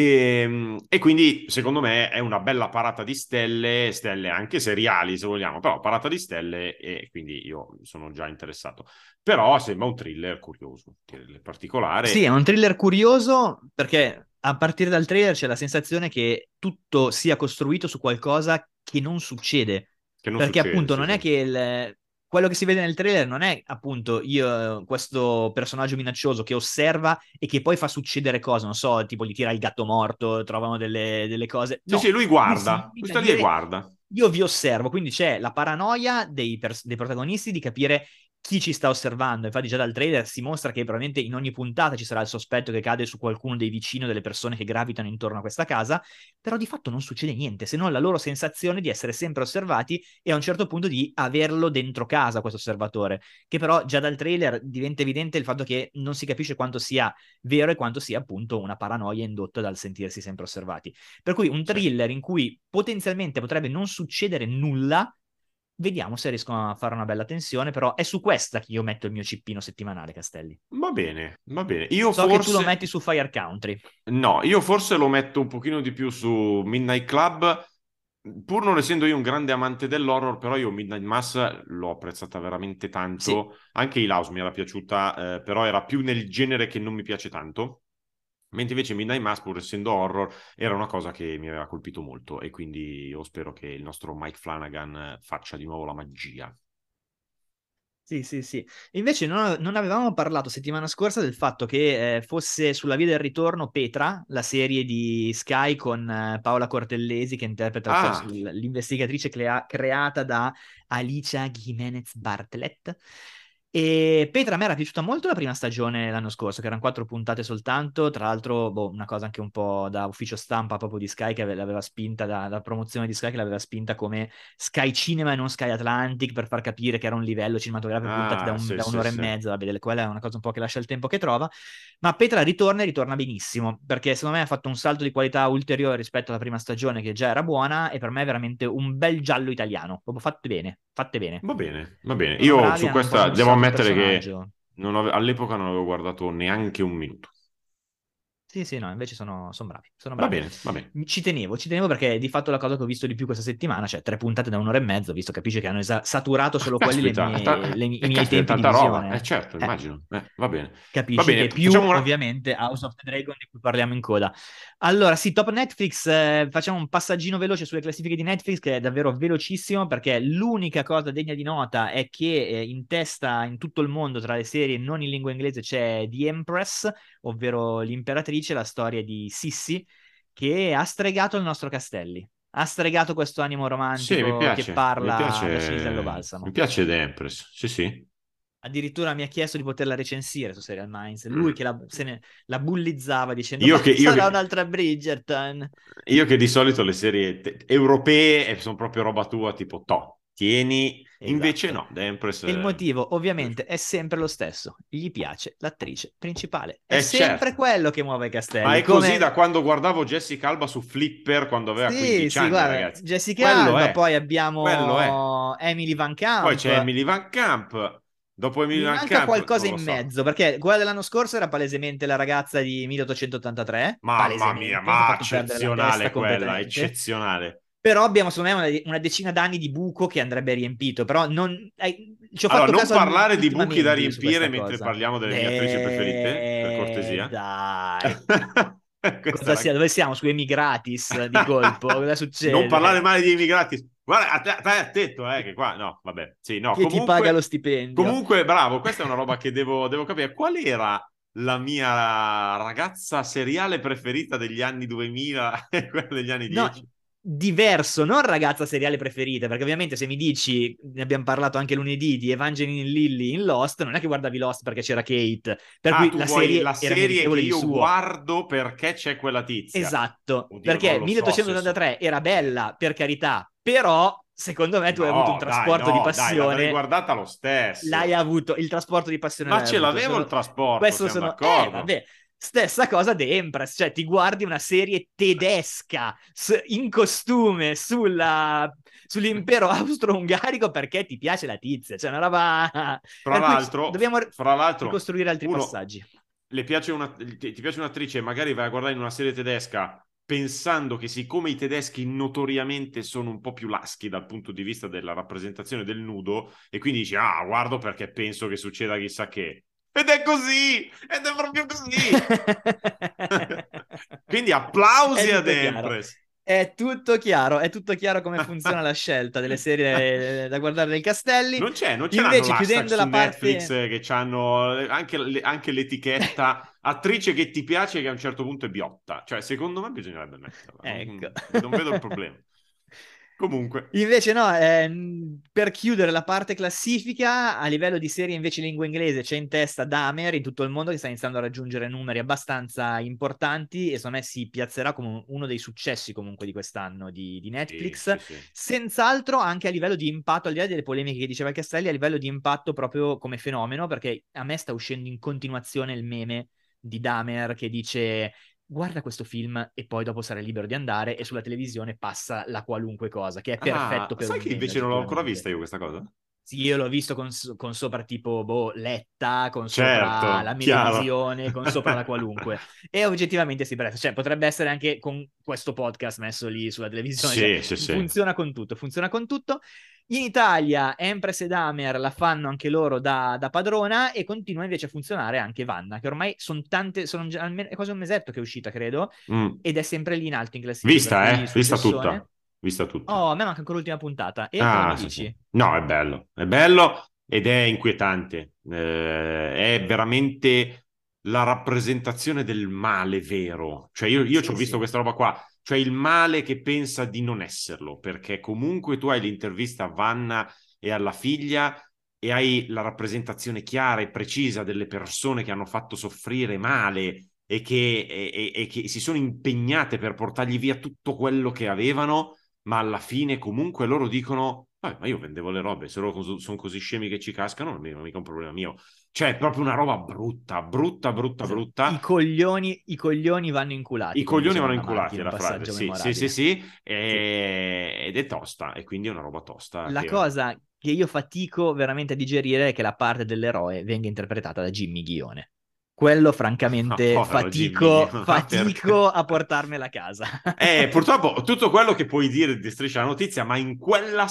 E quindi, secondo me, è una bella parata di stelle anche seriali, se vogliamo, però parata di stelle e quindi io sono già interessato. Però sembra un thriller curioso, thriller Sì, è particolare, un thriller curioso perché a partire dal trailer c'è la sensazione che tutto sia costruito su qualcosa che non succede. che non Perché succede, appunto sì, non è sì. che quello che si vede nel trailer non è appunto questo personaggio minaccioso che osserva e che poi fa succedere cose, non so, tipo gli tira il gatto morto, trovano delle cose. Sì, No, sì, lui lui si guarda, lui limita a sta lì e dire guarda. io vi osservo, quindi c'è la paranoia dei protagonisti di capire chi ci sta osservando. Infatti, già dal trailer si mostra che probabilmente in ogni puntata ci sarà il sospetto che cade su qualcuno dei vicini o delle persone che gravitano intorno a questa casa, però di fatto non succede niente, se non la loro sensazione di essere sempre osservati e a un certo punto di averlo dentro casa, questo osservatore. Che però già dal trailer diventa evidente il fatto che non si capisce quanto sia vero e quanto sia appunto una paranoia indotta dal sentirsi sempre osservati. Per cui un Sì. thriller in cui potenzialmente potrebbe non succedere nulla. Vediamo se riescono a fare una bella tensione, però è su questa che io metto il mio cippino settimanale, Castelli. Va bene, va bene. Io So che tu lo forse... metti su Fire Country. No, io forse lo metto un pochino di più su Midnight Club, pur non essendo io un grande amante dell'horror, però io Midnight Mass l'ho apprezzata veramente Sì, tanto. Anche Hill House mi era piaciuta, però era più nel genere che non mi piace tanto. Mentre invece Midnight Mass, pur essendo horror, era una cosa che mi aveva colpito molto e quindi io spero che il nostro Mike Flanagan faccia di nuovo la magia. sì, sì, sì. Invece non avevamo parlato settimana scorsa del fatto che fosse sulla via del ritorno Petra, la serie di Sky con Paola Cortellesi che interpreta Ah, l'investigatrice creata da Alicia Jimenez Bartlett. E Petra a me era piaciuta molto la prima stagione l'anno scorso, che erano 4 puntate soltanto, tra l'altro boh, una cosa anche un po' da ufficio stampa proprio di Sky che l'aveva spinta, da promozione di Sky che l'aveva spinta come Sky Cinema e non Sky Atlantic per far capire che era un livello cinematografico puntate da, ah, sì, da sì, un'ora e sì. mezza, vabbè, quella è una cosa un po' che lascia il tempo che trova, ma Petra ritorna e ritorna benissimo, perché secondo me ha fatto un salto di qualità ulteriore rispetto alla prima stagione che già era buona e per me è veramente un bel giallo italiano, proprio fatte bene, fatte bene. Va bene, va bene. Sono Io bravi, su hanno un po' questa devo smussato il ammettere che personaggio. all'epoca non avevo guardato neanche un minuto. Sì, no, invece sono bravi. Sono Va bravi. bene, va bene. Ci tenevo perché di fatto la cosa che ho visto di più questa settimana, cioè 3 puntate da 1 ora e mezzo, visto, capisci che hanno saturato solo quelli Caspita, i miei caspita, tempi di tanta roba. visione. Certo, immagino. Va bene. Va Capisci bene, che più facciamo una... ovviamente House of the Dragon di cui parliamo in coda. Allora, sì, top Netflix, facciamo un passaggino veloce sulle classifiche di Netflix che è davvero velocissimo perché l'unica cosa degna di nota è che in testa in tutto il mondo tra le serie non in lingua inglese c'è The Empress, ovvero l'imperatrice, la storia di Sissi, che ha stregato il nostro Castelli. Ha stregato questo animo Sì, romantico che parla da Cinisello mi Balsamo. piace The Empress, sì, sì. Addirittura mi ha chiesto di poterla recensire su Serial Minds. Lui che la bullizzava dicendo: Io Ma che, io sarà che- un'altra Bridgerton. io che di solito le serie europee sono proprio roba tua, tipo tieni, invece Esatto. no, The Empress... E il motivo, ovviamente, è sempre lo stesso. Gli piace l'attrice principale. È sempre certo, quello che muove i ma castelli. è così Come... da quando guardavo Jessica Alba su Flipper quando aveva Sì, 15 sì, anni, guarda, ragazzi. Jessica Quello Alba, è, poi quello è. abbiamo Emily Van Poi c'è Camp. Emily Van Camp, dopo Emily Mi Van manca Camp, qualcosa non lo in so. mezzo, perché quella dell'anno scorso era palesemente la ragazza di 1883, Mamma mia, palesemente, che ha ma fatto perdere la testa eccezionale quella, completamente. eccezionale. Però abbiamo, secondo me, una decina d'anni di buco che andrebbe riempito. Però ci ho Allora, fatto non caso parlare di buchi da ultimamente su riempire questa mentre cosa. parliamo delle mie attrici preferite, per cortesia. Dai. Questa era... Dove siamo? Su Emigratis di colpo? Cosa Non parlare succede? male di immigrati. Guarda, stai attento, che qua... No, vabbè. Sì, no, Che ti paga lo comunque... stipendio? Comunque, bravo, questa è una roba che devo capire. Qual era la mia ragazza seriale preferita degli anni 2000 e quella degli anni No, 10? diverso, non ragazza seriale preferita, perché ovviamente se mi dici, ne abbiamo parlato anche lunedì, di Evangeline Lilly in Lost, non è che guardavi Lost perché c'era Kate, per Ah, cui tu la vuoi la serie era serie che meritevole di io suo. guardo perché c'è quella tizia. Esatto, Oddio, non perché lo so se so. 1883 era Ok. bella, per carità, però secondo me tu hai avuto un No, dai, trasporto di no, dai, l'avrei passione, guardata lo l'hai stesso. avuto, il trasporto di passione Ma l'hai ce avuto. l'avevo il trasporto, Questo siamo sono, d'accordo. vabbè, stessa cosa di Empress, cioè ti guardi una serie tedesca in costume sull'impero austro-ungarico perché ti piace la tizia, cioè una roba... Per cui dobbiamo Fra l'altro, ricostruire altri uno, passaggi. ti piace un'attrice e magari vai a guardare in una serie tedesca pensando che siccome i tedeschi notoriamente sono un po' più laschi dal punto di vista della rappresentazione del nudo e quindi dici, guardo perché penso che succeda chissà che. Ed è così! Ed è proprio così! Quindi È applausi ad tutto chiaro. Empress. È tutto chiaro come funziona la scelta delle serie da guardare nei castelli. Non ce l'hanno Invece, l'hashtag chiudendo su la Netflix parte... che hanno anche l'etichetta attrice che ti piace che a un certo punto è biotta. Cioè, secondo me bisognerebbe metterla. Ecco. Non vedo il problema. Comunque. Invece no, per chiudere la parte classifica, a livello di serie invece in lingua inglese c'è in testa Dahmer in tutto il mondo che sta iniziando a raggiungere numeri abbastanza importanti e secondo me si piazzerà come uno dei successi comunque di quest'anno di Sì, Netflix. sì, sì. Senz'altro anche a livello di impatto, al di là delle polemiche che diceva il Castelli, a livello di impatto proprio come fenomeno, perché a me sta uscendo in continuazione il meme di Dahmer che dice guarda questo film e poi dopo sarai libero di andare e sulla televisione passa la qualunque cosa, che è perfetto per Sai un che meme invece non l'ho ancora vista oggettivamente. io questa cosa? Sì, io l'ho visto con sopra tipo Letta, con sopra la Certo, chiaro. Melevisione, con sopra la qualunque. E oggettivamente si presta. Cioè, potrebbe essere anche con questo podcast messo lì sulla televisione. Cioè, Sì, sì, sì. funziona con tutto, funziona con tutto. In Italia Empress e Dahmer la fanno anche loro da padrona e continua invece a funzionare anche Vanna, che ormai sono tante, è quasi un mesetto che è uscita, credo, Mm. ed è sempre lì in alto in classifica, per cui Vista successone. tutta. Vista tutta. Oh, a me manca ancora l'ultima puntata. E cosa mi Sì, sì. dici? No, è bello ed è inquietante. È veramente la rappresentazione del male vero. Cioè io ci ho Sì, visto sì. questa roba qua, cioè il male che pensa di non esserlo, perché comunque tu hai l'intervista a Vanna e alla figlia e hai la rappresentazione chiara e precisa delle persone che hanno fatto soffrire male e che si sono impegnate per portargli via tutto quello che avevano, ma alla fine comunque loro dicono ma io vendevo le robe, se loro sono così scemi che ci cascano non è mica un problema mio. Cioè è proprio una roba brutta, brutta, brutta, Esatto. brutta. I coglioni vanno inculati, I come coglioni diceva vanno Anna Marchi inculati, in è un la frase. passaggio Sì, sì, sì, memorabile. sì. Sì. Ed è tosta, e quindi è una roba tosta La che... cosa che io fatico veramente a digerire è che la parte dell'eroe venga interpretata da Jimmy Ghione. quello Ma francamente povero Jimmy, ma fatico perché? a portarmela a casa. Purtroppo tutto quello che puoi dire di Striscia la Notizia, ma in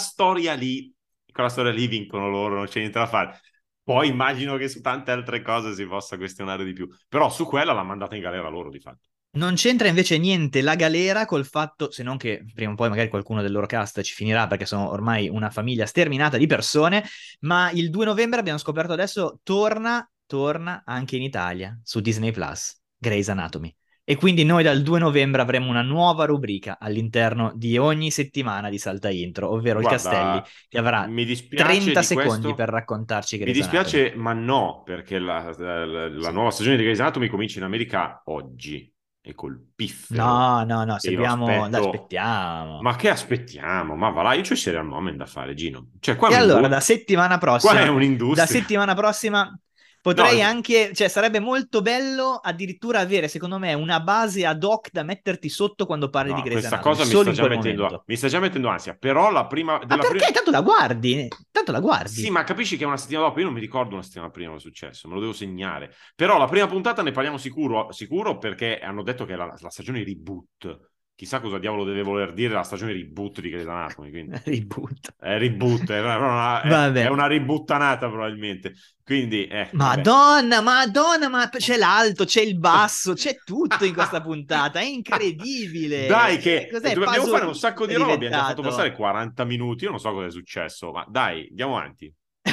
quella storia lì vincono loro, non c'è niente da fare. Poi immagino che su tante altre cose si possa questionare di più, però su quella l'ha mandata in galera loro di fatto. Non c'entra invece niente la galera col fatto, se non che prima o poi magari qualcuno del loro cast ci finirà perché sono ormai una famiglia sterminata di persone, ma il 2 novembre abbiamo scoperto adesso torna anche in Italia su Disney Plus, Grey's Anatomy. E quindi noi dal 2 novembre avremo una nuova rubrica all'interno di ogni settimana di Salta Intro, ovvero il Castelli, Guarda, che avrà mi dispiace 30 di secondi per questo. raccontarci Mi Grey's Anatomy. dispiace, ma no, perché la Sì. nuova stagione di Grey's Anatomy comincia in America oggi e col piffero. No, E io seguiamo, dai, aspetto. aspettiamo. Ma che aspettiamo? Ma va là, io c'ho il serial moment da fare, Gino. Cioè, E allora, qua è da un'industria. settimana prossima No, potrei anche, cioè sarebbe molto bello addirittura avere, secondo me, una base ad hoc da metterti sotto quando parli di no, Grey's questa Anatomy, cosa solo in quel momento. mi sta già mettendo ansia. Però la prima, Ma perché? Tanto la guardi, tanto la Sì, guardi. ma capisci che una settimana dopo, io non mi ricordo una settimana prima cosa è successo, me lo devo segnare. Però la prima puntata ne parliamo sicuro perché hanno detto che è la stagione reboot. Chissà cosa diavolo deve voler dire la stagione reboot di Grey's Anatomy, quindi Reboot. è reboot, è Vabbè. una ributtanata probabilmente. Quindi, vabbè. Madonna, Madonna, ma c'è l'alto, c'è il basso, c'è tutto in questa puntata, è Dai, incredibile. che Cos'è? dobbiamo fare un Pasolini sacco è di roba, abbiamo già fatto diventato. passare 40 minuti, io non so cosa è successo, ma dai, andiamo avanti.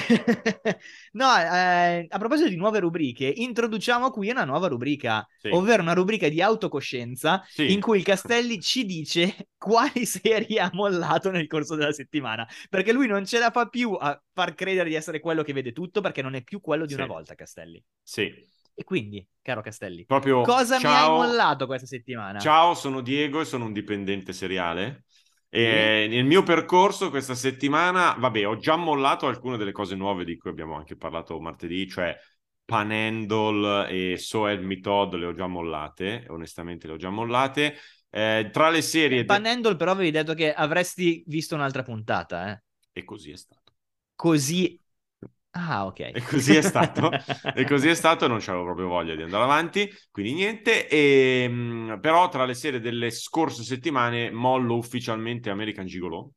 No, a proposito di nuove rubriche, introduciamo qui una nuova rubrica, Sì, ovvero una rubrica di autocoscienza in sì. cui il Castelli ci dice quali serie ha mollato nel corso della settimana, perché lui non ce la fa più a far credere di essere quello che vede tutto, perché non è più quello di una Sì, volta, Castelli. sì. E quindi, caro Castelli, Proprio cosa mi hai ciao, mollato questa settimana? ciao, sono Diego e sono un dipendente seriale. Sì? E nel mio percorso questa settimana, vabbè, ho già mollato alcune delle cose nuove di cui abbiamo anche parlato martedì, cioè Panhandle e So Help Me Todd le ho già mollate, onestamente le ho già mollate. Tra le serie... Panhandle però avevi detto che avresti visto un'altra puntata, eh? E così è stato. Così. Ah, ok. E così è stato, e così è stato, non c'avevo proprio voglia di andare avanti, quindi niente. Però tra le serie delle scorse settimane mollo ufficialmente American Gigolo,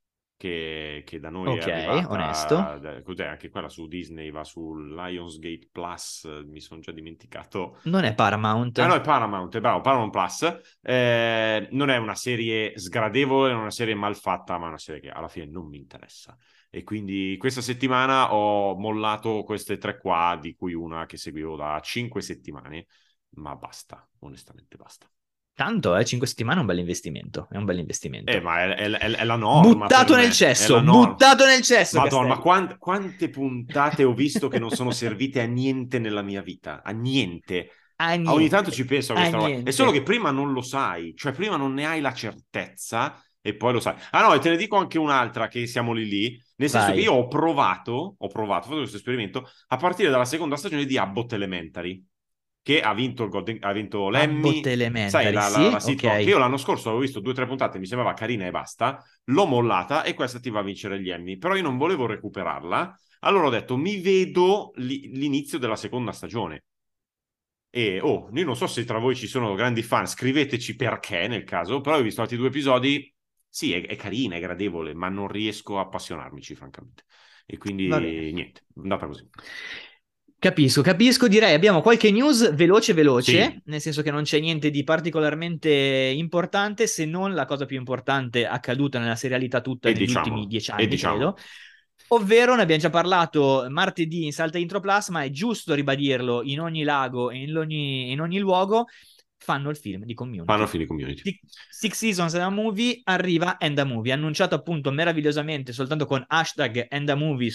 che da noi è Ok, onesto. arrivata, cos'è, anche quella su Disney, va su Lionsgate Plus, mi sono già dimenticato. Non è Ah no, è Paramount. Paramount, è bravo, Paramount Plus. Non è una serie sgradevole, non è una serie mal fatta, ma è una serie che alla fine non mi interessa. E quindi questa settimana ho mollato queste tre qua, di cui una che seguivo da 5 settimane, ma basta, onestamente basta. Tanto, 5 settimane è un bel investimento. È un bel investimento. Ma è la norma per Buttato nel me, è la cesso, norma. buttato nel cesso, Madonna, ma Castelli. quante puntate ho visto che non sono servite a niente nella mia vita? A niente. A Ogni tanto niente. ci penso a A questa roba. È solo niente. che prima non lo sai, cioè prima non ne hai la certezza e poi lo sai. Ah no, e te ne dico anche un'altra che siamo lì lì, nel senso che io Vai. ho fatto questo esperimento a partire dalla seconda stagione di Abbott Elementary, che ha vinto, ha vinto Abbott l'Emmy. Sai, Elementary, la sì? sitcom che Ok. io l'anno scorso avevo visto 2 o 3 puntate, mi sembrava carina e basta, l'ho mollata e questa ti va a vincere gli Emmy, però io non volevo recuperarla, allora ho detto mi vedo l'inizio della seconda stagione. E io non so se tra voi ci sono grandi fan, scriveteci perché nel caso, però ho visto altri 2 episodi, sì, è carina, è gradevole, ma non riesco a appassionarmici, francamente. E Va bene. quindi niente, è andata così. Capisco, direi abbiamo qualche news veloce, Sì, nel senso che non c'è niente di particolarmente importante, se non la cosa più importante accaduta nella serialità tutta e negli ultimi diciamolo, 10 anni, credo. diciamolo. Ovvero, ne abbiamo già parlato martedì in Salta Intro Plus, ma è giusto ribadirlo in ogni lago e in ogni luogo, fanno il film di Fanno Community. fine community. Six Seasons and a Movie arriva and a Movie, annunciato appunto meravigliosamente soltanto con hashtag and a Movie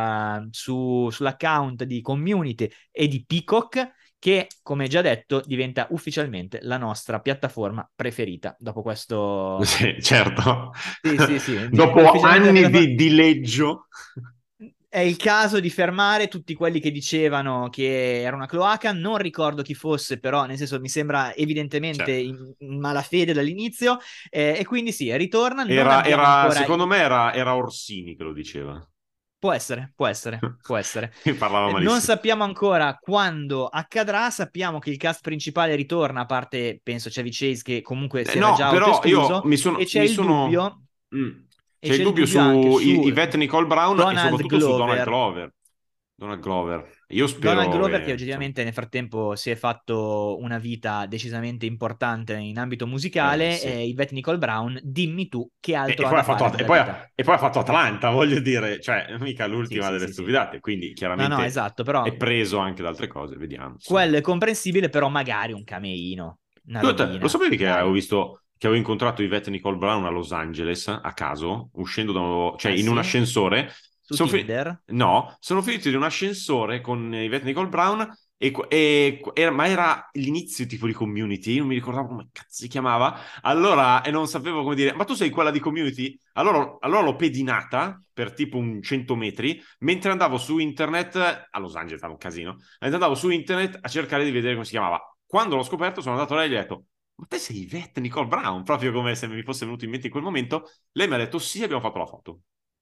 sull'account di Community e di Peacock, che come già detto diventa ufficialmente la nostra piattaforma preferita dopo questo. Sì, certo. Sì, diventa Dopo ufficialmente la anni piattaforma. di dileggio. È il caso di fermare tutti quelli che dicevano che era una cloaca, non ricordo chi fosse, però nel senso mi sembra evidentemente Certo. in malafede dall'inizio, e quindi sì, ritorna, non abbiamo ancora. Secondo me era Orsini che lo diceva. Può essere, può essere, può essere. Parlava Non malissimo. sappiamo ancora quando accadrà, sappiamo che il cast principale ritorna, a parte, penso, Chevy Chase, che comunque si era No, già però io autoescluso, e c'è mi il sono... dubbio, Mm. e C'è il c'è il dubbio dubbio anche su su Yvette Nicole Brown e Donald soprattutto su Donald Glover. Glover. Donald Glover. Io Donald spero... Glover, che insomma, oggettivamente nel frattempo si è fatto una vita decisamente importante in ambito musicale, sì. e Yvette Nicole Brown, dimmi tu che altro E ha poi da ha fatto, fare nella vita. e poi ha fatto Atlanta, voglio dire, cioè, mica Sì, l'ultima sì, delle sì, sì. stupidate, quindi No, no, chiaramente esatto, però è preso anche da altre cose, vediamo, insomma. quello è comprensibile, però magari un cameino, una Lo robina, sapevi che avevo dai. visto che avevo incontrato Yvette Nicole Brown a Los Angeles a caso, uscendo cioè Ah in un sì? ascensore? Su Tinder? No, sono finito in un ascensore con Yvette Nicole Brown ma era l'inizio tipo di Community, io non mi ricordavo come cazzo si chiamava, allora, e non sapevo come dire, ma tu sei quella di Community? Allora l'ho pedinata per tipo un 100 metri, mentre andavo su internet, a Los Angeles, stava un casino, mentre andavo su internet a cercare di vedere come si chiamava. Quando l'ho scoperto sono andato là e gli ho detto, ma te sei Yvette Nicole Brown? Proprio come se mi fosse venuto in mente in quel momento. Lei mi ha detto sì, abbiamo fatto la foto.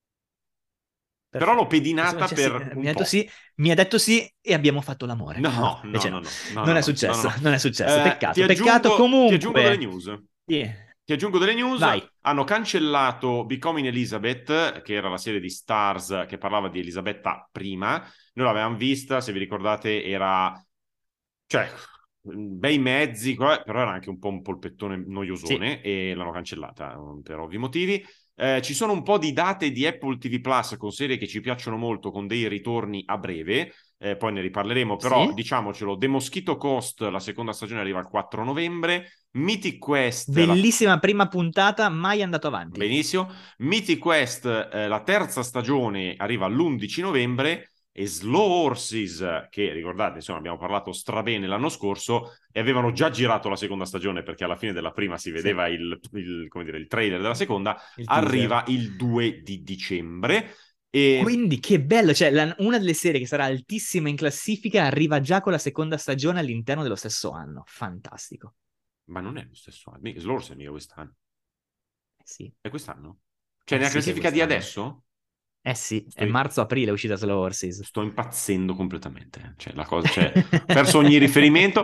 Però l'ho Perfetto. Insomma, pedinata cioè, sì, per un po'. mi ha detto sì e abbiamo fatto l'amore. No, No, no, invece no, no. no, no, no, Non è no, no, no, successo, no. non è successo. Peccato, peccato. Ti aggiungo delle Comunque, news. sì, Ti aggiungo delle news. vai. Hanno cancellato Becoming Elizabeth, che era la serie di Stars che parlava di Elisabetta prima. Noi l'avevamo vista, se vi ricordate, era... Cioè, bei mezzi, però era anche un po' un polpettone Sì, noiosone e l'hanno cancellata per ovvi motivi. Ci sono un po' di date di Apple TV Plus con serie che ci piacciono molto, con dei ritorni a breve. Poi ne riparleremo, però sì. diciamocelo, The Mosquito Coast, la seconda stagione arriva il 4 novembre, Mythic Quest, Bellissima prima puntata, mai andato avanti. benissimo, Mythic Quest, la terza stagione arriva l'11 novembre e Slow Horses, che ricordate, insomma, abbiamo parlato strabene l'anno scorso e avevano già girato la seconda stagione perché alla fine della prima si Sì, vedeva come dire, il trailer della seconda, il teaser. arriva il 2 di dicembre. E Quindi che bello, cioè una delle serie che sarà altissima in classifica arriva già con la seconda stagione all'interno dello stesso anno. Fantastico. ma non è lo stesso anno. Slow Horses è mica quest'anno. Sì, È quest'anno? Cioè, nella sì che è classifica di quest'anno. adesso? Eh sì, è Sto, marzo-aprile è uscita Slow Horses. sto impazzendo completamente. Cioè, la cosa, cioè, perso ogni riferimento.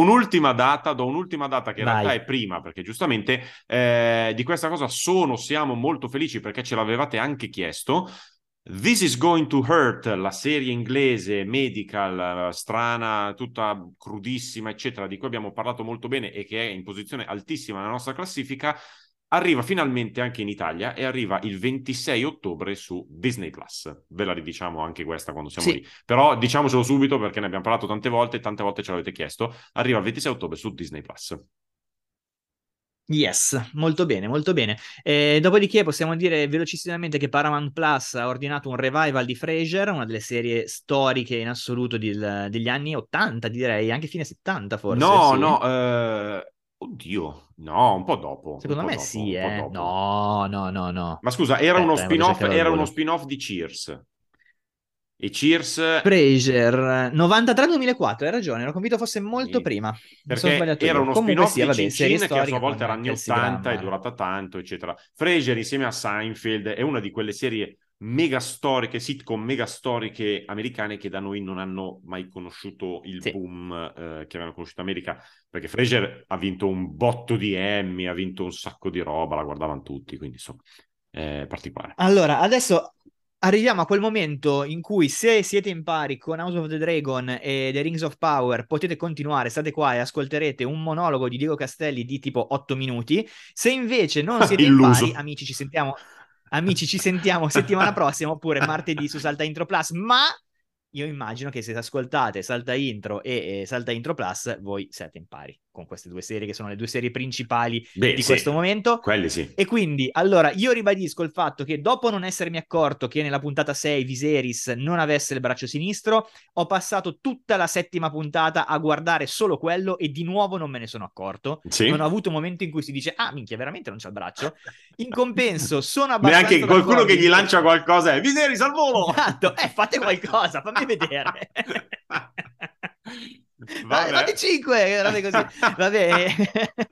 Do un'ultima data che in realtà Vai. è prima, perché giustamente di questa cosa siamo molto felici perché ce l'avevate anche chiesto. This is Going to Hurt, la serie inglese medical, strana, tutta crudissima, eccetera, di cui abbiamo parlato molto bene e che è in posizione altissima nella nostra classifica, arriva finalmente anche in Italia e arriva il 26 ottobre su Disney Plus. Ve la ridiciamo anche questa quando siamo lì. Sì, Però diciamocelo subito perché ne abbiamo parlato tante volte ce l'avete chiesto. Arriva il 26 ottobre su Disney Plus. yes, molto bene, molto bene. Dopodiché possiamo dire velocissimamente che Paramount Plus ha ordinato un revival di Frasier, una delle serie storiche in assoluto degli anni 80, direi, anche fine 70 forse, No, sì. no, oddio, no, un po' dopo, un Secondo po' me dopo, sì, un po' eh. dopo. No, no, no, no. Ma scusa, Aspetta, vado a cercare al era uno volo. spin-off di Cheers. E Cheers, Frasier, 93-2004, hai ragione, ero convinto fosse molto sì, prima. Mi sono perché sbagliato era io. uno Comunque spin-off sì, di vabbè, Cin serie Cin che a sua storica volta era con anni Kelsey 80, è Grammer. durata tanto, eccetera. Frasier insieme a Seinfeld è una di quelle serie mega storiche, sitcom mega storiche americane che da noi non hanno mai conosciuto il Sì. boom che avevano conosciuto in America, perché Frasier ha vinto un botto di Emmy, ha vinto un sacco di roba, la guardavano tutti, quindi insomma, è particolare. Allora, adesso arriviamo a quel momento in cui se siete in pari con House of the Dragon e The Rings of Power potete continuare, state qua e ascolterete un monologo di Diego Castelli di tipo 8 minuti. Se invece non siete in pari, Illuso. amici, ci sentiamo settimana prossima oppure martedì su Salta Intro Plus, ma io immagino che se ascoltate Salta Intro e Salta Intro Plus voi siete in pari con queste due serie che sono le due serie principali Beh, di sì, questo momento. quelli sì. E quindi, allora, io ribadisco il fatto che dopo non essermi accorto che nella puntata 6 Viserys non avesse il braccio sinistro, ho passato tutta la settima puntata a guardare solo quello e di nuovo non me ne sono accorto. Non ho Sì? avuto un momento in cui si dice, ah, minchia, veramente non c'è il braccio? In compenso, sono Neanche abbastanza qualcuno d'accordo che gli invece. lancia qualcosa è Viserys al volo! Esatto, fate qualcosa, fammi vedere. Fate Vabbè. 5, robe così. Vabbè.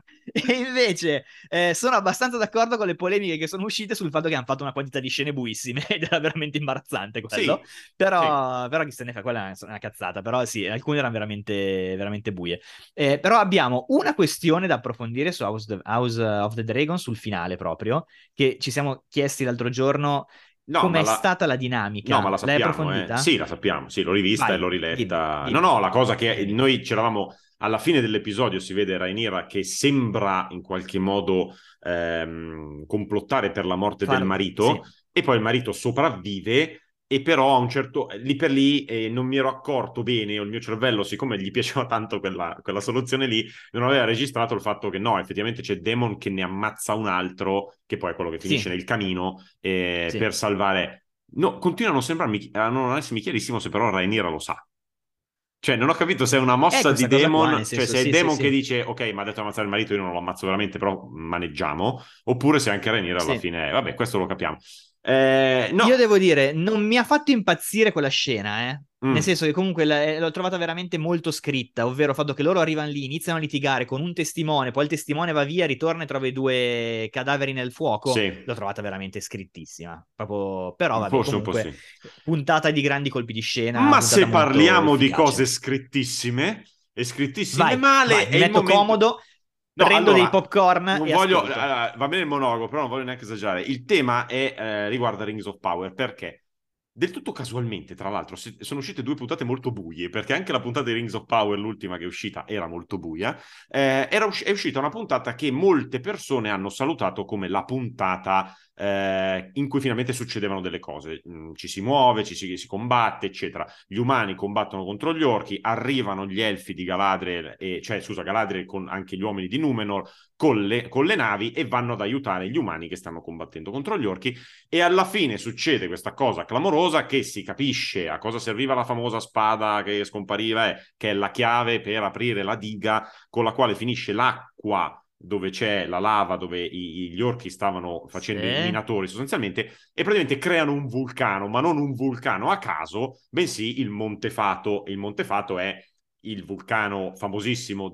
E invece sono abbastanza d'accordo con le polemiche che sono uscite sul fatto che hanno fatto una quantità di scene buissime ed era veramente imbarazzante quello. Sì, sì. Però chi se ne fa, quella è una cazzata. Però sì, alcune erano veramente, veramente buie. Però abbiamo una questione da approfondire su House of the Dragon sul finale proprio, che ci siamo chiesti l'altro giorno No, com'è stata la No, ma dinamica. la L'hai sappiamo, eh. approfondita? Sì, la sappiamo, sì, l'ho rivista e Vai, l'ho dimmi, riletta. No, dimmi, no, la cosa che dimmi. noi c'eravamo alla fine dell'episodio, si vede Rhaenyra che sembra in qualche modo complottare per la morte del Sì, marito, e poi il marito sopravvive, e però a un certo lì per lì non mi ero accorto bene, o il mio cervello, siccome gli piaceva tanto quella soluzione lì, non aveva registrato il fatto che no, effettivamente c'è Daemon che ne ammazza un altro, che poi è quello che finisce sì, nel camino, sì. per salvare. No, continua a non sembrarmi, a non essermi chiarissimo se però Rhaenyra lo sa. Cioè, non ho capito se è una mossa di Questa cosa qua, nel Daemon, cioè senso, se è sì, sì, Daemon che sì. dice ok, mi ha detto di ammazzare il marito, io non lo ammazzo veramente, però maneggiamo, oppure se anche Rhaenyra alla Sì. fine, vabbè, questo lo capiamo. Io No, devo dire, non mi ha fatto impazzire quella scena, eh. Nel mm, senso che comunque l'ho trovata veramente molto scritta, ovvero il fatto che loro arrivano lì, iniziano a litigare con un testimone, poi il testimone va via, ritorna e trova i due cadaveri nel fuoco. sì, L'ho trovata veramente scrittissima. Proprio. Però vabbè, forse un po' comunque, sì. puntata di grandi colpi di scena, Ma puntata se molto parliamo di cose efficace. scrittissime e scrittissime Vai, male, vai, è mi il metto momento. comodo, No, prendo dei allora, popcorn non e voglio, ascolto. va bene il monologo, però non voglio neanche esagerare. Il tema è, riguarda Rings of Power, perché del tutto casualmente, tra l'altro, sono uscite due puntate molto buie, perché anche la puntata di Rings of Power, l'ultima che è uscita, era molto buia. È uscita una puntata che molte persone hanno salutato come la puntata in cui finalmente succedevano delle cose. Ci si muove, si combatte, eccetera. Gli umani combattono contro gli orchi, arrivano gli elfi di Galadriel, cioè scusa, Galadriel con anche gli uomini di Numenor con le navi, e vanno ad aiutare gli umani che stanno combattendo contro gli orchi, e alla fine succede questa cosa clamorosa che si capisce a cosa serviva la famosa spada che scompariva, che è la chiave per aprire la diga con la quale finisce l'acqua dove c'è la lava, dove gli orchi stavano facendo i Sì. minatori sostanzialmente, e praticamente creano un vulcano, ma non un vulcano a caso, bensì il Monte Fato. Il Monte Fato è il vulcano famosissimo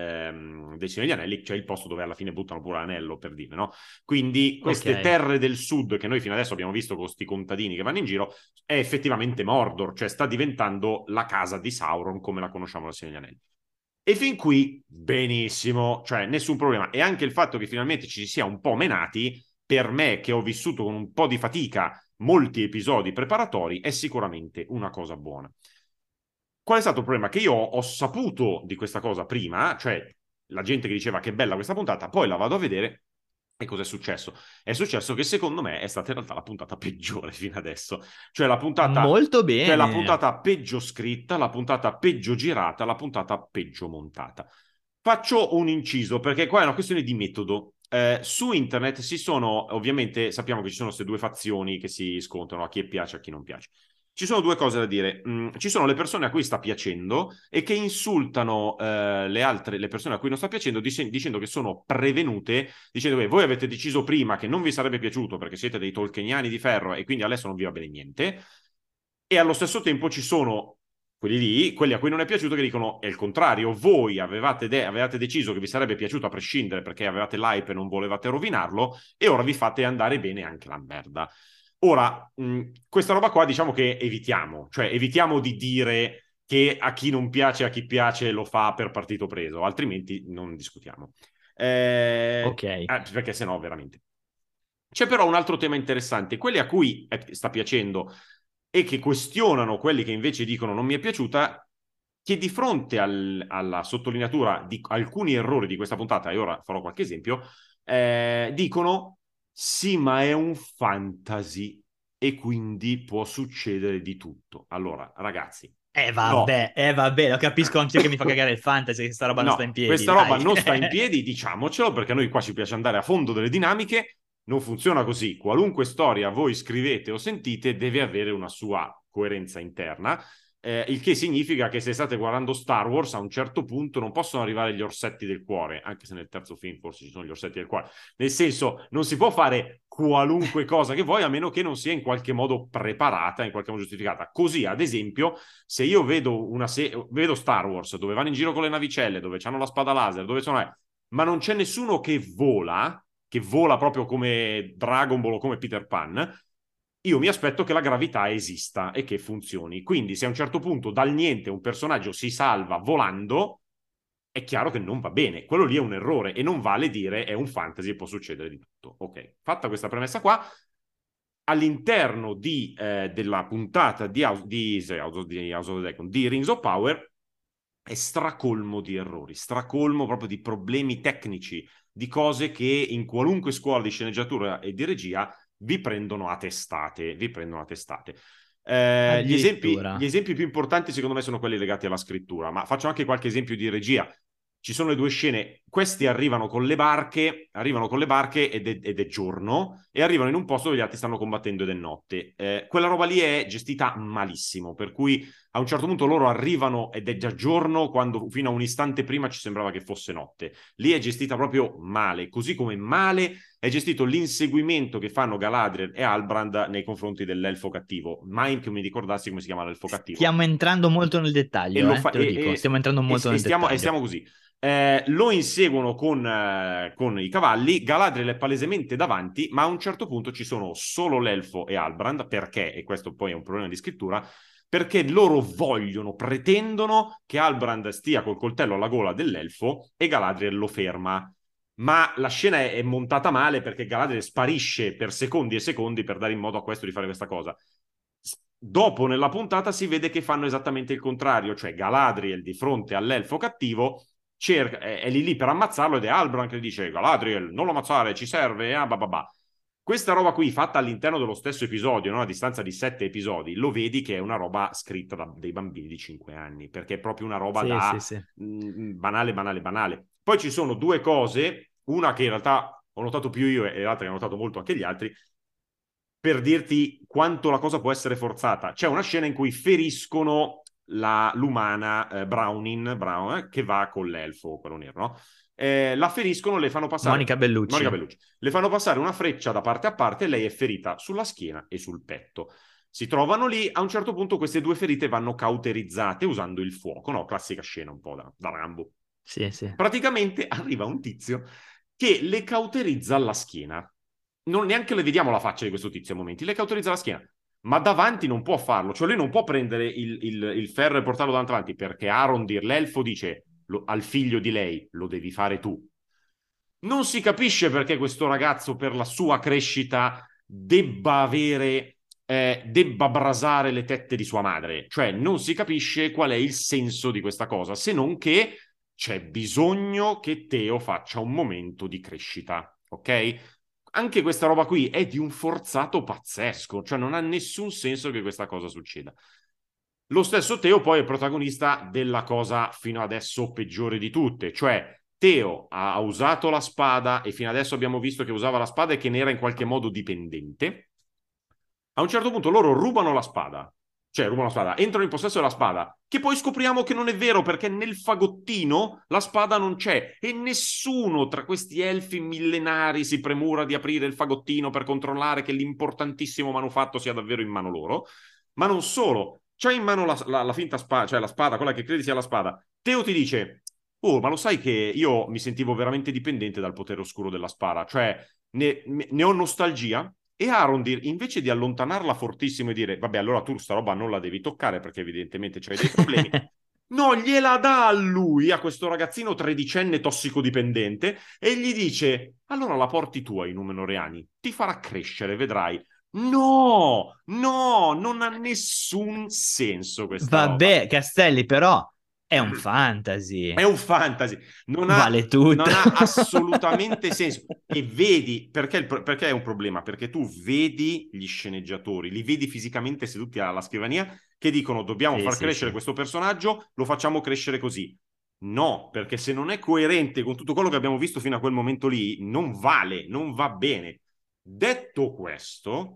dei Signori degli Anelli, cioè il posto dove alla fine buttano pure l'anello, per dire, no? Quindi queste Ok. terre del sud che noi fino adesso abbiamo visto con questi contadini che vanno in giro, è effettivamente Mordor, cioè sta diventando la casa di Sauron come la conosciamo da Signori degli Anelli. E fin qui benissimo, cioè nessun problema. E anche il fatto che finalmente ci si sia un po' menati, per me che ho vissuto con un po' di fatica molti episodi preparatori, è sicuramente una cosa buona. Qual è stato il problema? Che io ho saputo di questa cosa prima, cioè la gente che diceva che bella questa puntata, poi la vado a vedere, e cosa è successo? È successo che secondo me è stata in realtà la puntata peggiore fino adesso. Cioè Molto la bene. puntata peggio scritta, la puntata peggio girata, la puntata peggio montata. Faccio un inciso perché qua è una questione di metodo. Su internet si sono, ovviamente sappiamo che ci sono queste due fazioni che si scontrano, a chi piace e a chi non piace. Ci sono due cose da dire. Ci sono le persone a cui sta piacendo e che insultano le persone a cui non sta piacendo, dicendo che sono prevenute, dicendo che voi avete deciso prima che non vi sarebbe piaciuto perché siete dei tolkieniani di ferro e quindi adesso non vi va bene niente. E allo stesso tempo ci sono quelli lì, quelli a cui non è piaciuto, che dicono è il contrario, voi avevate deciso che vi sarebbe piaciuto a prescindere perché avevate l'hype e non volevate rovinarlo, e ora vi fate andare bene anche la merda. Ora, questa roba qua diciamo che evitiamo, cioè evitiamo di dire che a chi non piace, a chi piace lo fa per partito preso, altrimenti non discutiamo. Ok. Perché sennò veramente. C'è però un altro tema interessante, quelli a cui sta piacendo e che questionano quelli che invece dicono non mi è piaciuta, che di fronte alla sottolineatura di alcuni errori di questa puntata, e ora farò qualche esempio, dicono sì, ma è un fantasy e quindi può succedere di tutto. Allora, ragazzi, no. Vabbè, lo capisco anch'io che mi fa cagare il fantasy, che sta roba non sta in No, piedi, questa roba dai. non sta in piedi, diciamocelo, perché a noi qua ci piace andare a fondo delle dinamiche. Non funziona così. Qualunque storia voi scrivete o sentite deve avere una sua coerenza interna, il che significa che se state guardando Star Wars a un certo punto non possono arrivare gli orsetti del cuore, anche se nel terzo film forse ci sono gli orsetti del cuore. Nel senso, non si può fare qualunque cosa che vuoi a meno che non sia in qualche modo preparata, in qualche modo giustificata. Così, ad esempio, se io vedo Star Wars dove vanno in giro con le navicelle, dove hanno la spada laser, dove sono ma non c'è nessuno che vola proprio come Dragon Ball o come Peter Pan, io mi aspetto che la gravità esista e che funzioni. Quindi se a un certo punto dal niente un personaggio si salva volando, è chiaro che non va bene. Quello lì è un errore e non vale dire è un fantasy e può succedere di tutto. Ok, fatta questa premessa qua, all'interno della puntata di House of the Dragon, di Rings of Power, è stracolmo di errori, stracolmo proprio di problemi tecnici, di cose che in qualunque scuola di sceneggiatura e di regia vi prendono a testate. Gli Addirittura. esempi più importanti secondo me sono quelli legati alla scrittura, ma faccio anche qualche esempio di regia. Ci sono le due scene, questi arrivano con le barche ed è giorno, e arrivano in un posto dove gli altri stanno combattendo ed è notte. Quella roba lì è gestita malissimo, per cui a un certo punto loro arrivano ed è già giorno, quando fino a un istante prima ci sembrava che fosse notte. Lì è gestita proprio male, così come male è gestito l'inseguimento che fanno Galadriel e Halbrand nei confronti dell'elfo cattivo. Mai che mi ricordassi come si chiama l'elfo cattivo. Stiamo entrando molto nel dettaglio, te lo dico, stiamo entrando molto nel dettaglio. E stiamo così. Lo inseguono con i cavalli, Galadriel è palesemente davanti, ma a un certo punto ci sono solo l'elfo e Halbrand, perché, e questo poi è un problema di scrittura, perché loro pretendono che Halbrand stia col coltello alla gola dell'elfo e Galadriel lo ferma. Ma la scena è montata male perché Galadriel sparisce per secondi e secondi per dare in modo a questo di fare questa cosa. Dopo nella puntata si vede che fanno esattamente il contrario, cioè Galadriel di fronte all'elfo cattivo è lì per ammazzarlo ed è Halbrand che dice Galadriel non lo ammazzare, ci serve, Questa roba qui fatta all'interno dello stesso episodio, no? A distanza di 7 episodi, lo vedi che è una roba scritta da dei bambini di 5 anni, perché è proprio una roba Sì. banale. Poi ci sono due cose, una che in realtà ho notato più io e l'altra che hanno notato molto anche gli altri, per dirti quanto la cosa può essere forzata. C'è una scena in cui feriscono l'umana Brown, che va con l'elfo, quello nero, no? La feriscono, le fanno passare Monica Bellucci. Le fanno passare una freccia da parte a parte e lei è ferita sulla schiena e sul petto. Si trovano lì, a un certo punto queste due ferite vanno cauterizzate usando il fuoco, no? Classica scena un po' da Rambo. Sì. Praticamente arriva un tizio che le cauterizza alla schiena. Non neanche le vediamo la faccia di questo tizio a momenti, le cauterizza la schiena. Ma davanti non può farlo, cioè lui non può prendere il ferro e portarlo davanti perché Arondir, l'elfo, dice al figlio di lei, lo devi fare tu. Non si capisce perché questo ragazzo per la sua crescita debba brasare le tette di sua madre, cioè non si capisce qual è il senso di questa cosa, se non che c'è bisogno che Teo faccia un momento di crescita, ok? Anche questa roba qui è di un forzato pazzesco, cioè non ha nessun senso che questa cosa succeda. Lo stesso Teo poi è protagonista della cosa fino adesso peggiore di tutte, cioè Teo ha usato la spada e fino adesso abbiamo visto che usava la spada e che ne era in qualche modo dipendente. A un certo punto loro rubano la spada, entrano in possesso della spada, che poi scopriamo che non è vero perché nel fagottino la spada non c'è e nessuno tra questi elfi millenari si premura di aprire il fagottino per controllare che l'importantissimo manufatto sia davvero in mano loro. Ma non solo, c'è in mano la finta spada, cioè la spada, quella che credi sia la spada. Teo ti dice, oh, ma lo sai che io mi sentivo veramente dipendente dal potere oscuro della spada, cioè ne ho nostalgia. E Arondir, invece di allontanarla fortissimo e dire, vabbè, allora tu sta roba non la devi toccare perché evidentemente c'hai dei problemi, no, gliela dà a lui, a questo ragazzino tredicenne tossicodipendente, e gli dice, allora la porti tu ai Numenoreani, ti farà crescere, vedrai. No, non ha nessun senso questa roba. Vabbè, Castelli, però è un fantasy. È un fantasy, Vale tutto. non ha assolutamente senso. E vedi, perché è un problema? Perché tu vedi gli sceneggiatori, li vedi fisicamente seduti alla scrivania, che dicono dobbiamo far crescere questo personaggio, lo facciamo crescere così. No, perché se non è coerente con tutto quello che abbiamo visto fino a quel momento lì, non vale, non va bene. Detto questo,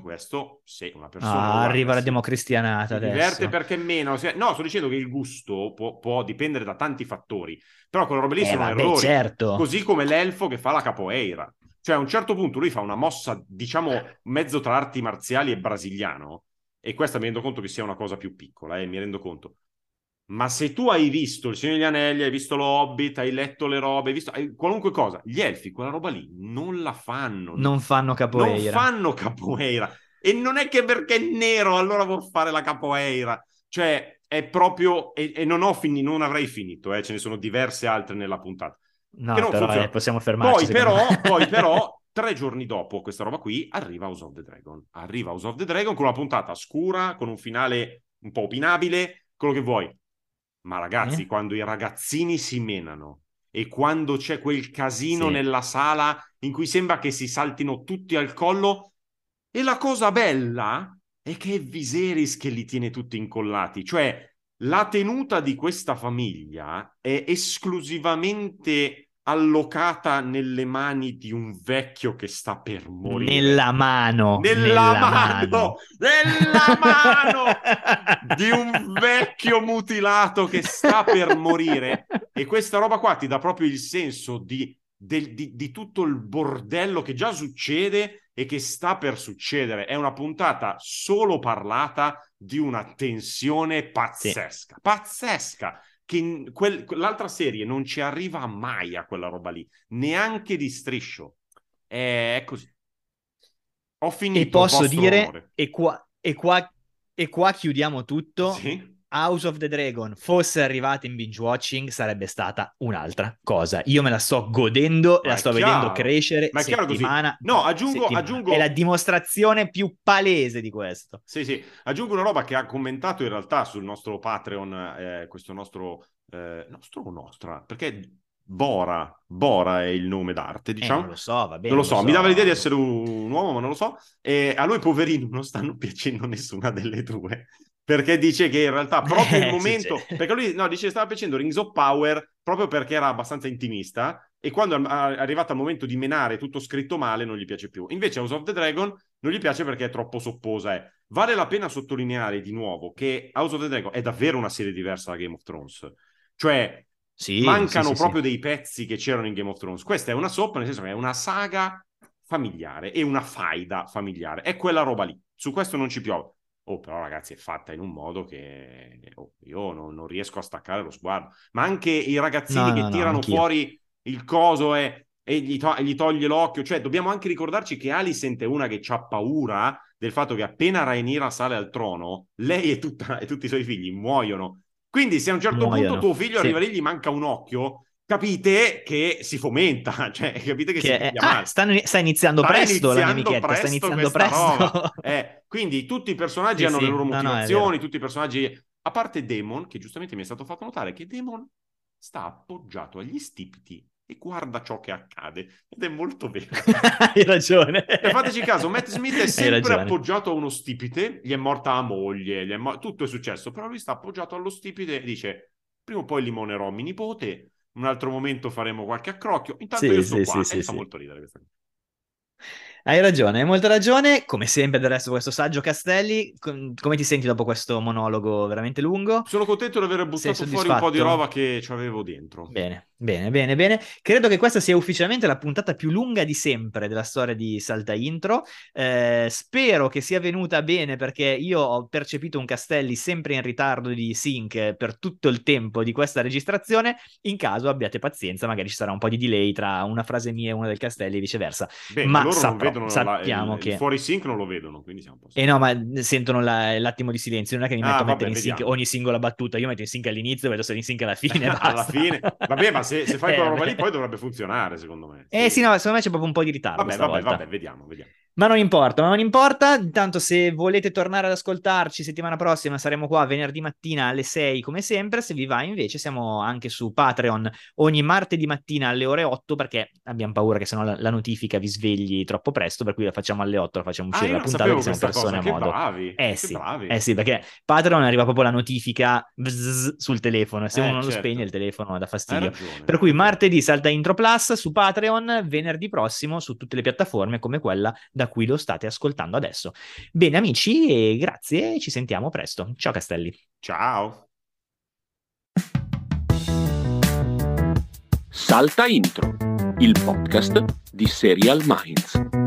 se una persona arriva la democristianata si diverte adesso. perché meno, no, sto dicendo che il gusto può dipendere da tanti fattori, però quelle robe lì sono errori, certo. così come l'elfo che fa la capoeira, cioè a un certo punto lui fa una mossa, diciamo, mezzo tra arti marziali e brasiliano, e questa mi rendo conto che sia una cosa più piccola, mi rendo conto, Ma se tu hai visto Il Signore degli Anelli, hai visto lo Hobbit, hai letto le robe, hai qualunque cosa, gli elfi quella roba lì non la fanno. Non fanno Non capoeira. fanno capoeira. E non è che perché è nero allora vuol fare la capoeira. Cioè, è proprio... E non avrei finito, ce ne sono diverse altre nella puntata. Che No, non però funziona. possiamo fermarci, secondo me. Poi però, 3 giorni dopo questa roba qui, arriva House of the Dragon. Arriva House of the Dragon con una puntata scura, con un finale un po' opinabile, quello che vuoi. Ma ragazzi, quando i ragazzini si menano e quando c'è quel casino nella sala in cui sembra che si saltino tutti al collo, e la cosa bella è che è Viserys che li tiene tutti incollati, cioè la tenuta di questa famiglia è esclusivamente allocata nelle mani di un vecchio che sta per morire. Nella mano di un vecchio mutilato che sta per morire. E questa roba qua ti dà proprio il senso di tutto il bordello che già succede e che sta per succedere. È una puntata solo parlata di una tensione pazzesca, pazzesca, che l'altra serie non ci arriva mai a quella roba lì, neanche di striscio. È così. Ho finito. E posso dire, onore. e qua chiudiamo tutto. Sì? House of the Dragon fosse arrivata in binge watching sarebbe stata un'altra cosa. Io me la sto godendo, Ma la sto vedendo crescere ma è chiaro settimana. Così. No, aggiungo... È la dimostrazione più palese di questo. Sì. Aggiungo una roba che ha commentato in realtà sul nostro Patreon, questo nostra, perché Bora è il nome d'arte, diciamo. Non lo so, va bene. Non lo so, mi dava l'idea di essere un uomo, ma non lo so. E a lui, poverino, non stanno piacendo nessuna delle due. Perché dice che in realtà proprio il momento... Perché lui dice che stava piacendo Rings of Power proprio perché era abbastanza intimista e quando è arrivato al momento di menare tutto scritto male non gli piace più. Invece House of the Dragon non gli piace perché è troppo sopposa. Vale la pena sottolineare di nuovo che House of the Dragon è davvero una serie diversa da Game of Thrones. Cioè... mancano proprio dei pezzi che c'erano in Game of Thrones. Questa è una soap, nel senso che è una saga familiare e una faida familiare. È quella roba lì. Su questo non ci piove. Però ragazzi è fatta in un modo che io non riesco a staccare lo sguardo. Ma anche i ragazzini che tirano fuori il coso e gli toglie l'occhio. Cioè dobbiamo anche ricordarci che Alicent è una che ha paura del fatto che appena Rhaenyra sale al trono, lei e tutti i suoi figli muoiono. Quindi se a un certo punto tuo figlio arriva lì e gli manca un occhio, capite che si fomenta, cioè capite che si piglia male. Sta iniziando presto la nemichetta, sta iniziando presto. Quindi tutti i personaggi hanno le loro motivazioni, tutti i personaggi, a parte Daemon, che giustamente mi è stato fatto notare che Daemon sta appoggiato agli stipiti e guarda ciò che accade, ed è molto vero. Hai ragione. Fateci caso, Matt Smith è sempre appoggiato a uno stipite, gli è morta la moglie, tutto è successo, però lui sta appoggiato allo stipite e dice, prima o poi limonerò mio nipote, un altro momento faremo qualche accrocchio, intanto io sto qua, e fa molto ridere questa cosa. Hai ragione, hai molta ragione. Come sempre del resto questo saggio, Castelli, come ti senti dopo questo monologo veramente lungo? Sono contento di aver buttato fuori un po' di roba che c'avevo dentro. Bene. Credo che questa sia ufficialmente la puntata più lunga di sempre della storia di Salta Intro. Spero che sia venuta bene perché io ho percepito un Castelli sempre in ritardo di sync per tutto il tempo di questa registrazione. In caso abbiate pazienza, magari ci sarà un po' di delay tra una frase mia e una del Castelli e viceversa. Ma loro non vedono sappiamo che il fuori sync non lo vedono, quindi siamo un po'. No, ma sentono l'attimo di silenzio, non è che mi metto a mettere in sync ogni singola battuta, io metto in sync all'inizio e vedo se in sync alla fine. Alla fine, vabbè, ma se fai quella roba lì poi dovrebbe funzionare, secondo me. Sì, no, secondo me c'è proprio un po' di ritardo. Vabbè, vediamo. Ma non importa. Intanto se volete tornare ad ascoltarci settimana prossima saremo qua venerdì mattina alle 6 come sempre. Se vi va invece siamo anche su Patreon ogni martedì mattina alle ore 8 perché abbiamo paura che sennò la notifica vi svegli troppo presto, per cui la facciamo alle 8, la facciamo uscire la puntata perché siamo persone a modo. Bravi. Sì, perché Patreon arriva proprio la notifica sul telefono e se uno non lo spegne il telefono dà fastidio. Per cui martedì Salta Intro Plus su Patreon, venerdì prossimo su tutte le piattaforme come quella da cui lo state ascoltando adesso. Bene amici, e grazie, ci sentiamo presto. Ciao Castelli. Ciao. Salta Intro, il podcast di Serial Minds.